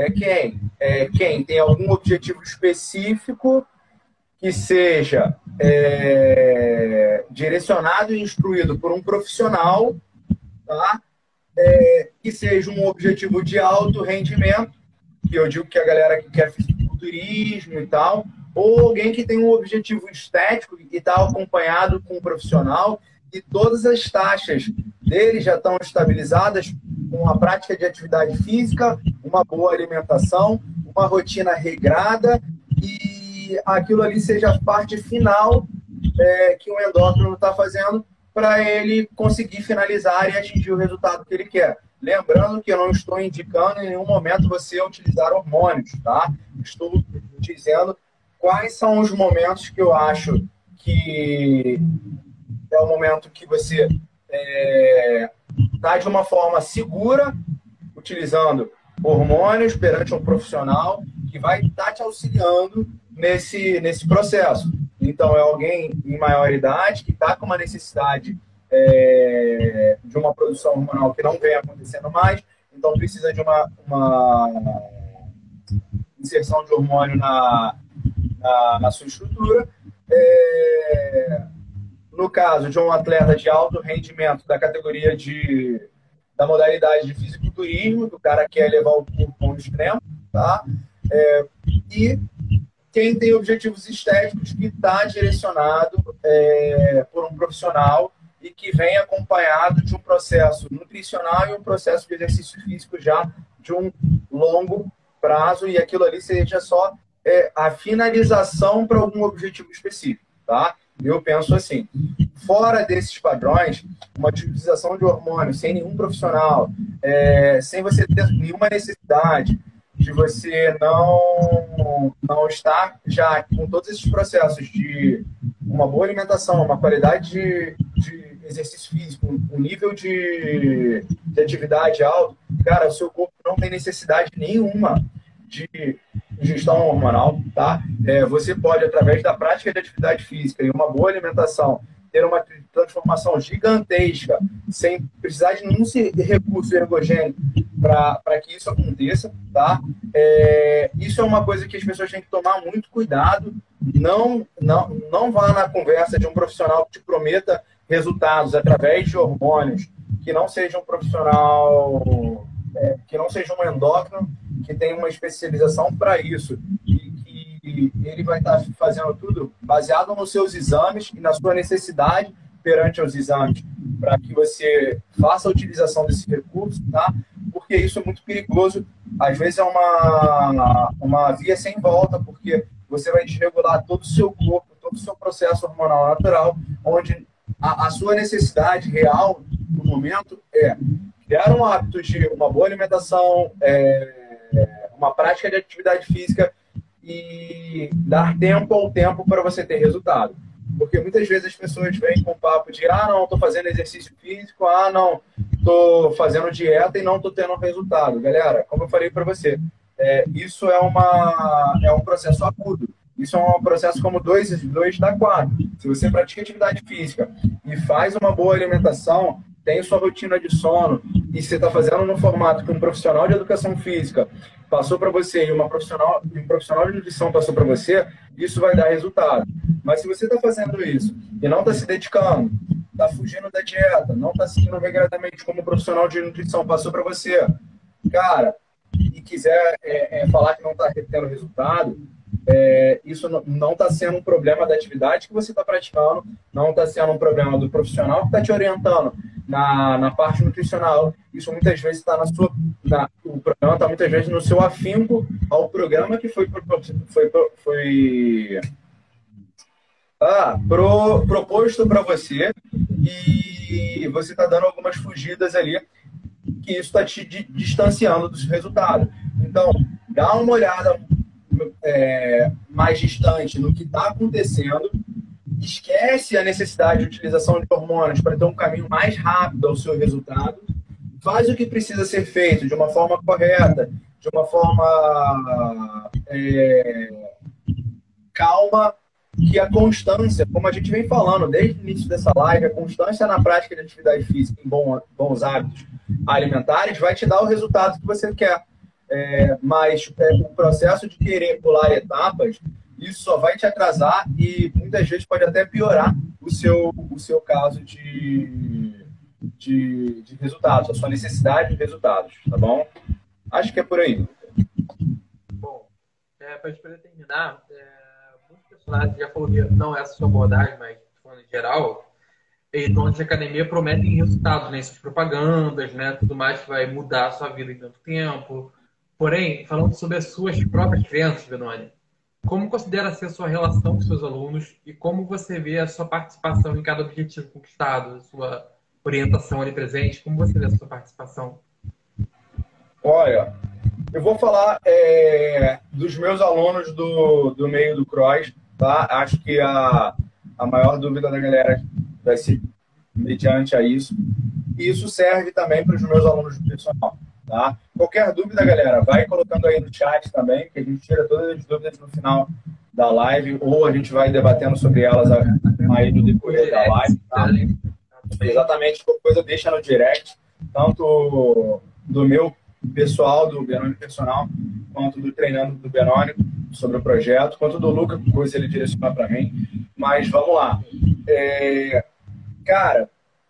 quem tem algum objetivo específico que seja direcionado e instruído por um profissional, tá? Que seja um objetivo de alto rendimento, que eu digo que a galera que quer fisiculturismo e tal, ou alguém que tem um objetivo estético e está acompanhado com um profissional e todas as taxas dele já estão estabilizadas com a prática de atividade física, uma boa alimentação, uma rotina regrada e aquilo ali seja a parte final que o endócrino está fazendo para ele conseguir finalizar e atingir o resultado que ele quer. Lembrando que eu não estou indicando em nenhum momento você utilizar hormônios, tá? Estou dizendo quais são os momentos que eu acho que é o momento que você está de uma forma segura, utilizando hormônios perante um profissional que vai estar te auxiliando nesse processo. Então, é alguém em maior idade que está com uma necessidade de uma produção hormonal que não vem acontecendo mais, então precisa de uma inserção de hormônio na sua estrutura. No caso de um atleta de alto rendimento da categoria da modalidade de fisiculturismo, que o cara quer levar o corpo ao extremo, tá? E quem tem objetivos estéticos que está direcionado por um profissional e que vem acompanhado de um processo nutricional e um processo de exercício físico já de um longo prazo, e aquilo ali seja só a finalização para algum objetivo específico, tá? Eu penso assim, fora desses padrões, uma utilização de hormônios sem nenhum profissional, sem você ter nenhuma necessidade de você não estar já com todos esses processos de uma boa alimentação, uma qualidade de exercício físico, um nível de atividade alto, cara, o seu corpo não tem necessidade nenhuma de ingestão hormonal, tá? Você pode, através da prática de atividade física e uma boa alimentação, ter uma transformação gigantesca, sem precisar de nenhum recurso ergogênico para que isso aconteça, tá? Isso é uma coisa que as pessoas têm que tomar muito cuidado. Não vá na conversa de um profissional que te prometa resultados através de hormônios, que não seja um profissional, que não seja um endócrino, que tem uma especialização para isso, e que ele vai estar fazendo tudo baseado nos seus exames e na sua necessidade perante os exames, para que você faça a utilização desse recurso, tá? Porque isso é muito perigoso. Às vezes é uma via sem volta, porque você vai desregular todo o seu corpo, todo o seu processo hormonal natural, onde a sua necessidade real no momento é criar um hábito de uma boa alimentação, uma prática de atividade física e dar tempo ao tempo para você ter resultado. Porque muitas vezes as pessoas vêm com o papo de não, estou fazendo exercício físico, não, estou fazendo dieta e não estou tendo resultado. Galera, como eu falei para você, isso é um processo agudo. Isso é um processo como 2 dá 4. Se você pratica atividade física e faz uma boa alimentação, tem sua rotina de sono, e você está fazendo no formato que um profissional de educação física passou para você e um profissional de nutrição passou para você, isso vai dar resultado. Mas se você está fazendo isso e não está se dedicando, está fugindo da dieta, não está seguindo regradamente como o profissional de nutrição passou para você, cara, e quiser falar que não está tendo resultado, isso não está sendo um problema da atividade que você está praticando, não está sendo um problema do profissional que está te orientando na parte nutricional. Isso muitas vezes está o programa está muitas vezes no seu afinco ao programa que foi proposto para você, e você está dando algumas fugidas ali, que isso está te distanciando dos resultados. Então, dá uma olhada mais distante no que está acontecendo, esquece a necessidade de utilização de hormônios para ter um caminho mais rápido ao seu resultado, faz o que precisa ser feito de uma forma correta, de uma forma calma, que a constância, como a gente vem falando desde o início dessa live, a constância na prática de atividade física em bons hábitos alimentares vai te dar o resultado que você quer. Mas o processo de querer pular etapas, isso só vai te atrasar e muitas vezes pode até piorar o seu caso de resultados, a sua necessidade de resultados, tá bom? Acho que é por aí. Bom, para a gente poder terminar, muitos personagens já falou que não é essa sua abordagem, mas falando em geral, e donos de academia prometem resultados, né, em suas propagandas, né, tudo mais que vai mudar a sua vida em tanto tempo. Porém, falando sobre as suas próprias crenças, Benoni, como considera ser a sua relação com seus alunos e como você vê a sua participação em cada objetivo conquistado, a sua orientação ali presente, como você vê a sua participação? Olha, eu vou falar dos meus alunos do meio do cross, tá? Acho que a maior dúvida da galera vai ser mediante a isso. E isso serve também para os meus alunos do personal, tá? Qualquer dúvida, galera, vai colocando aí no chat também, que a gente tira todas as dúvidas no final da live, ou a gente vai debatendo sobre elas aí no decorrer da live, tá? Exatamente, qualquer coisa deixa no direct, tanto do meu pessoal, do Benoni Personal, quanto do Treinando do Benoni, sobre o projeto, quanto do Luca, que coisa ele direciona para mim. Mas vamos lá. Cara,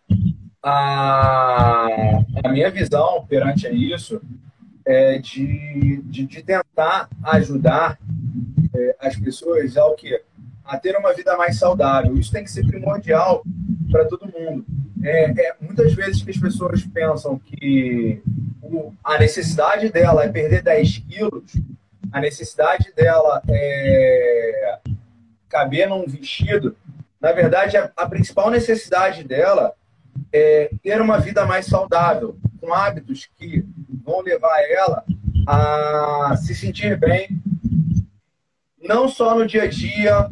a minha visão perante isso é de tentar ajudar as pessoas ao quê? A ter uma vida mais saudável. Isso tem que ser primordial para todo mundo. Muitas vezes que as pessoas pensam que a necessidade dela é perder 10 quilos, a necessidade dela é caber num vestido. Na verdade, a principal necessidade dela é ter uma vida mais saudável, com hábitos que vão levar ela a se sentir bem, não só no dia a dia,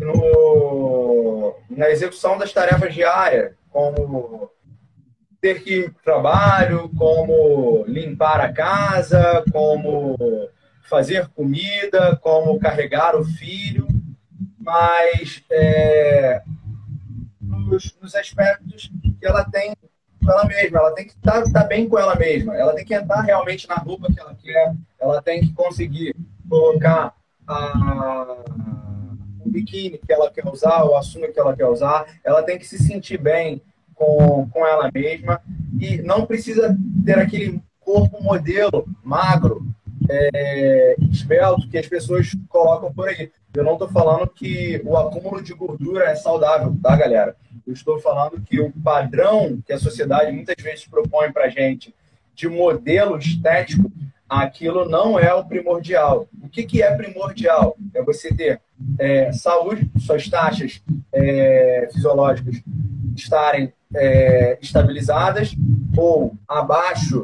na execução das tarefas diárias, como ter que ir para o trabalho, como limpar a casa, como fazer comida, como carregar o filho, mas nos aspectos que ela tem com ela mesma, ela tem que estar bem com ela mesma, ela tem que entrar realmente na roupa que ela quer, ela tem que conseguir colocar o biquíni que ela quer usar, ou a sunga que ela quer usar, ela tem que se sentir bem com ela mesma e não precisa ter aquele corpo modelo magro, esbelto que as pessoas colocam por aí. Eu não estou falando que o acúmulo de gordura é saudável, tá, galera? Eu estou falando que o padrão que a sociedade muitas vezes propõe para gente de modelo estético, aquilo não é o primordial. O que é primordial? É você ter saúde, suas taxas fisiológicas estarem estabilizadas ou abaixo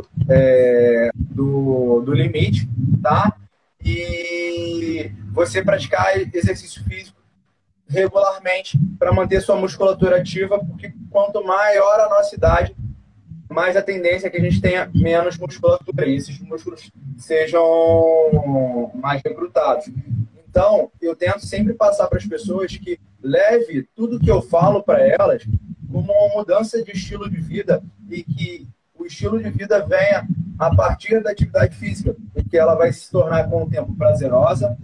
do limite, tá? E você praticar exercício físico regularmente para manter sua musculatura ativa, porque quanto maior a nossa idade, mais a tendência é que a gente tenha menos musculatura e esses músculos sejam mais recrutados. Então, eu tento sempre passar para as pessoas que leve tudo que eu falo para elas como uma mudança de estilo de vida e que o estilo de vida venha a partir da atividade física, porque ela vai se tornar com o tempo prazerosa,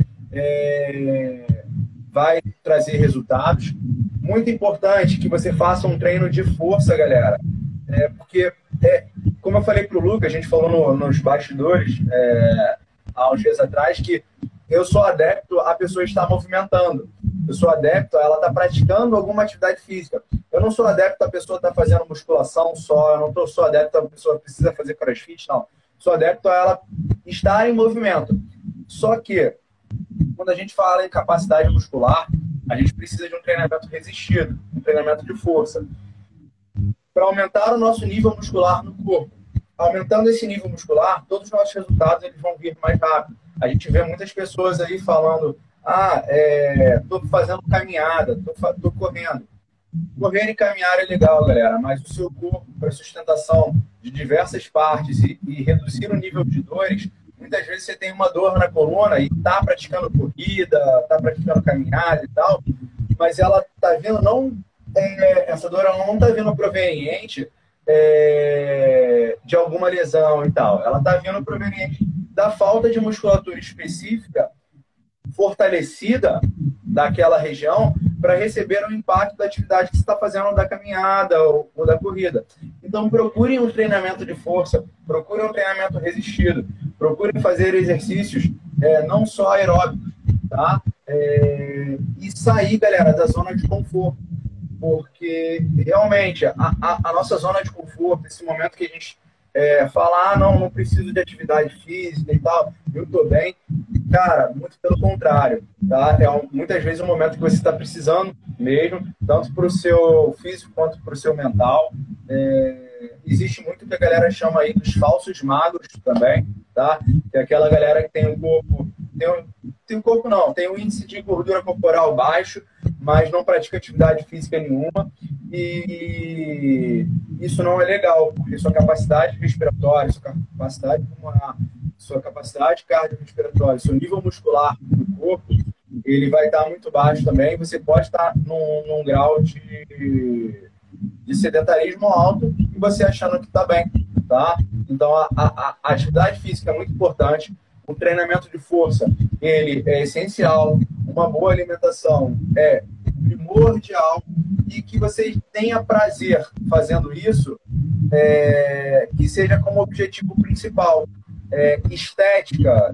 vai trazer resultados. Muito importante que você faça um treino de força, galera, porque, como eu falei para o Lucas, a gente falou nos bastidores há uns dias atrás, que eu sou adepto a pessoa estar movimentando. Eu sou adepto a ela estar praticando alguma atividade física. Eu não sou adepto a pessoa estar fazendo musculação só, eu não sou adepto a pessoa que precisa fazer crossfit, não. Sou adepto a ela estar em movimento. Só que, quando a gente fala em capacidade muscular, a gente precisa de um treinamento resistido, um treinamento de força, para aumentar o nosso nível muscular no corpo. Aumentando esse nível muscular, todos os nossos resultados eles vão vir mais rápido. A gente vê muitas pessoas aí falando, estou fazendo caminhada, estou correndo. Correr e caminhar é legal, galera, mas o seu corpo, para sustentação de diversas partes e reduzir o nível de dores, muitas vezes você tem uma dor na coluna e está praticando corrida, está praticando caminhada e tal, mas ela está vindo, essa dor ela não está vindo proveniente de alguma lesão e tal. Ela está vindo proveniente da falta de musculatura específica fortalecida daquela região para receber o impacto da atividade que você está fazendo da caminhada ou da corrida. Então, procurem um treinamento de força, procurem um treinamento resistido, procurem fazer exercícios não só aeróbicos, tá? E sair, galera, da zona de conforto. porque realmente a nossa zona de conforto, esse momento que a gente fala, não preciso de atividade física e tal, eu tô bem, cara, muito pelo contrário, tá? Muitas vezes um momento que você está precisando mesmo, tanto para o seu físico quanto para o seu mental. Existe muito que a galera chama aí dos falsos magros também, tá? Que é aquela galera que tem um corpo, tem um índice de gordura corporal baixo, mas não pratica atividade física nenhuma, e isso não é legal, porque sua capacidade respiratória, sua capacidade cardiorrespiratória, seu nível muscular do corpo, ele vai estar muito baixo também. Você pode estar num grau de sedentarismo alto e você achando que está bem, tá? Então, a atividade física é muito importante. O treinamento de força, ele é essencial. Uma boa alimentação é primordial, e que você tenha prazer fazendo isso, que seja como objetivo principal. Estética,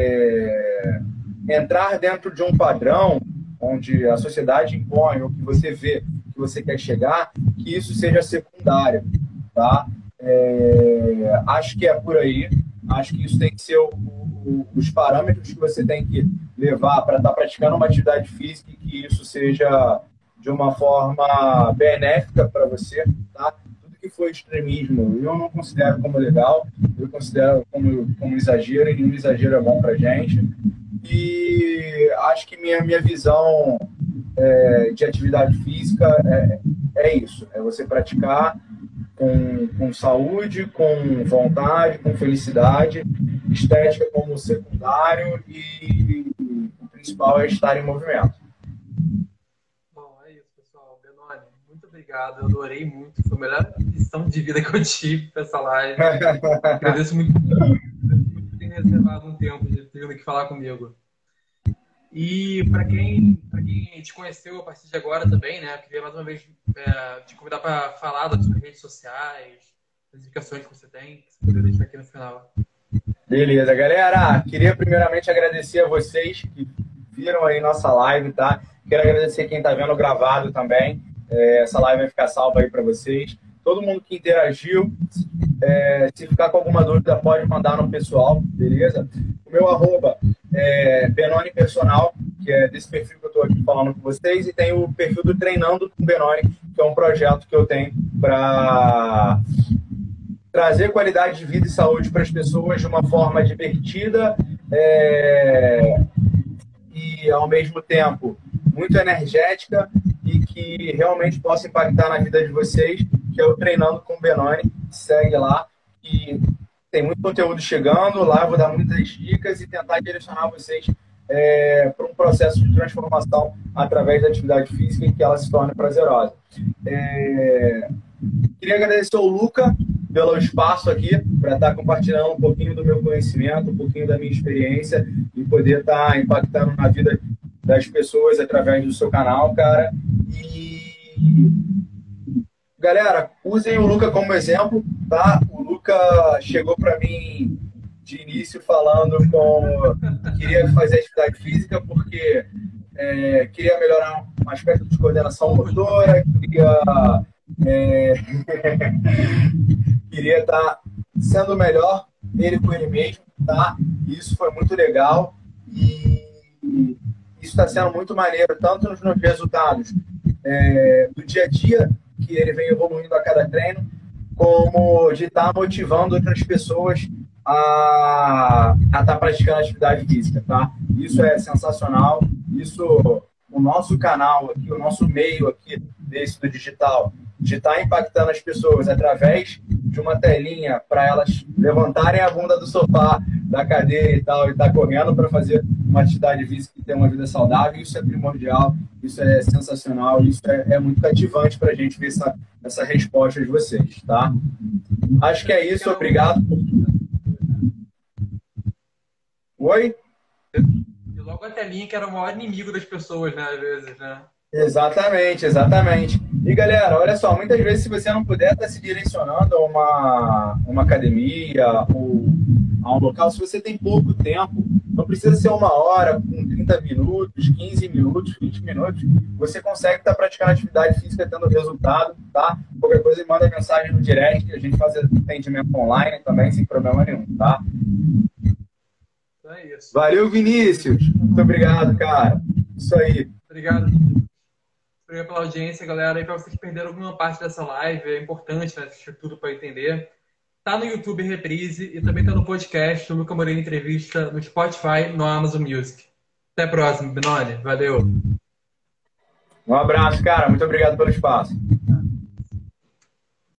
entrar dentro de um padrão onde a sociedade impõe, ou que você vê que você quer chegar, que isso seja secundário, tá? Acho que é por aí. Acho que isso tem que ser os parâmetros que você tem que levar para estar praticando uma atividade física, e que isso seja de uma forma benéfica para você, tá? Tudo que for extremismo, eu não considero como legal, eu considero como exagero, e nenhum exagero é bom para gente. E acho que minha visão de atividade física é isso, é você praticar com saúde, com vontade, com felicidade, estética como secundário, e o principal é estar em movimento. Bom, é isso, pessoal. Benoni, muito obrigado, eu adorei muito, foi a melhor lição de vida que eu tive para essa live. Agradeço muito por ter reservado um tempo de ter vindo aqui falar comigo. E para quem te conheceu a partir de agora também, né? Eu queria mais uma vez te convidar para falar das suas redes sociais, das indicações que você tem, que você poderia deixar aqui no final. Beleza, galera. Queria primeiramente agradecer a vocês que viram aí nossa live, tá? Quero agradecer quem está vendo gravado também. Essa live vai ficar salva aí para vocês. Todo mundo que interagiu, se ficar com alguma dúvida, pode mandar no pessoal, beleza? O meu arroba é Benoni Personal, que é desse perfil que eu estou aqui falando com vocês, e tem o perfil do Treinando com Benoni, que é um projeto que eu tenho para trazer qualidade de vida e saúde para as pessoas de uma forma divertida e, ao mesmo tempo, muito energética, e que realmente possa impactar na vida de vocês, que é o Treinando com Benoni. Segue lá, e tem muito conteúdo chegando lá. Eu vou dar muitas dicas e tentar direcionar vocês para um processo de transformação através da atividade física, e que ela se torne prazerosa. Queria agradecer ao Luca pelo espaço aqui, para estar compartilhando um pouquinho do meu conhecimento, um pouquinho da minha experiência, e poder estar impactando na vida das pessoas através do seu canal, cara. E, galera, usem o Luca como exemplo, tá? O Luca chegou para mim de início falando que queria fazer atividade física porque queria melhorar um aspecto de coordenação motora, queria estar sendo melhor ele com ele mesmo, tá? Isso foi muito legal, e isso está sendo muito maneiro, tanto nos resultados do dia a dia, que ele vem evoluindo a cada treino, como de estar motivando outras pessoas a estar praticando atividade física, tá? Isso é sensacional. Isso, o nosso canal aqui, o nosso meio aqui desse do digital, de estar impactando as pessoas através de uma telinha para elas levantarem a bunda do sofá, da cadeira e tal, e estar correndo para fazer uma atividade física e ter uma vida saudável. Isso é primordial, isso é sensacional, isso é muito cativante para a gente ver essa resposta de vocês, tá? Acho que é isso, obrigado. Oi? E logo a telinha, que era o maior inimigo das pessoas, né, às vezes, né? Exatamente, exatamente. E galera, olha só, muitas vezes, se você não puder estar se direcionando a uma academia ou a um local, se você tem pouco tempo, não precisa ser 1 hora, com 30 minutos, 15 minutos, 20 minutos, você consegue estar praticando atividade física tendo resultado, tá? Qualquer coisa, manda mensagem no direct, a gente faz atendimento online também, sem problema nenhum, tá? Então é isso. Valeu, Vinícius. Muito obrigado, cara. Isso aí. Obrigado. Obrigado pela audiência, galera. E para vocês que perderam alguma parte dessa live, é importante, né, assistir tudo para entender. Tá no YouTube Reprise e também tá no podcast do Luca Moreira Entrevista no Spotify, no Amazon Music. Até a próxima, Benoni. Valeu. Um abraço, cara. Muito obrigado pelo espaço.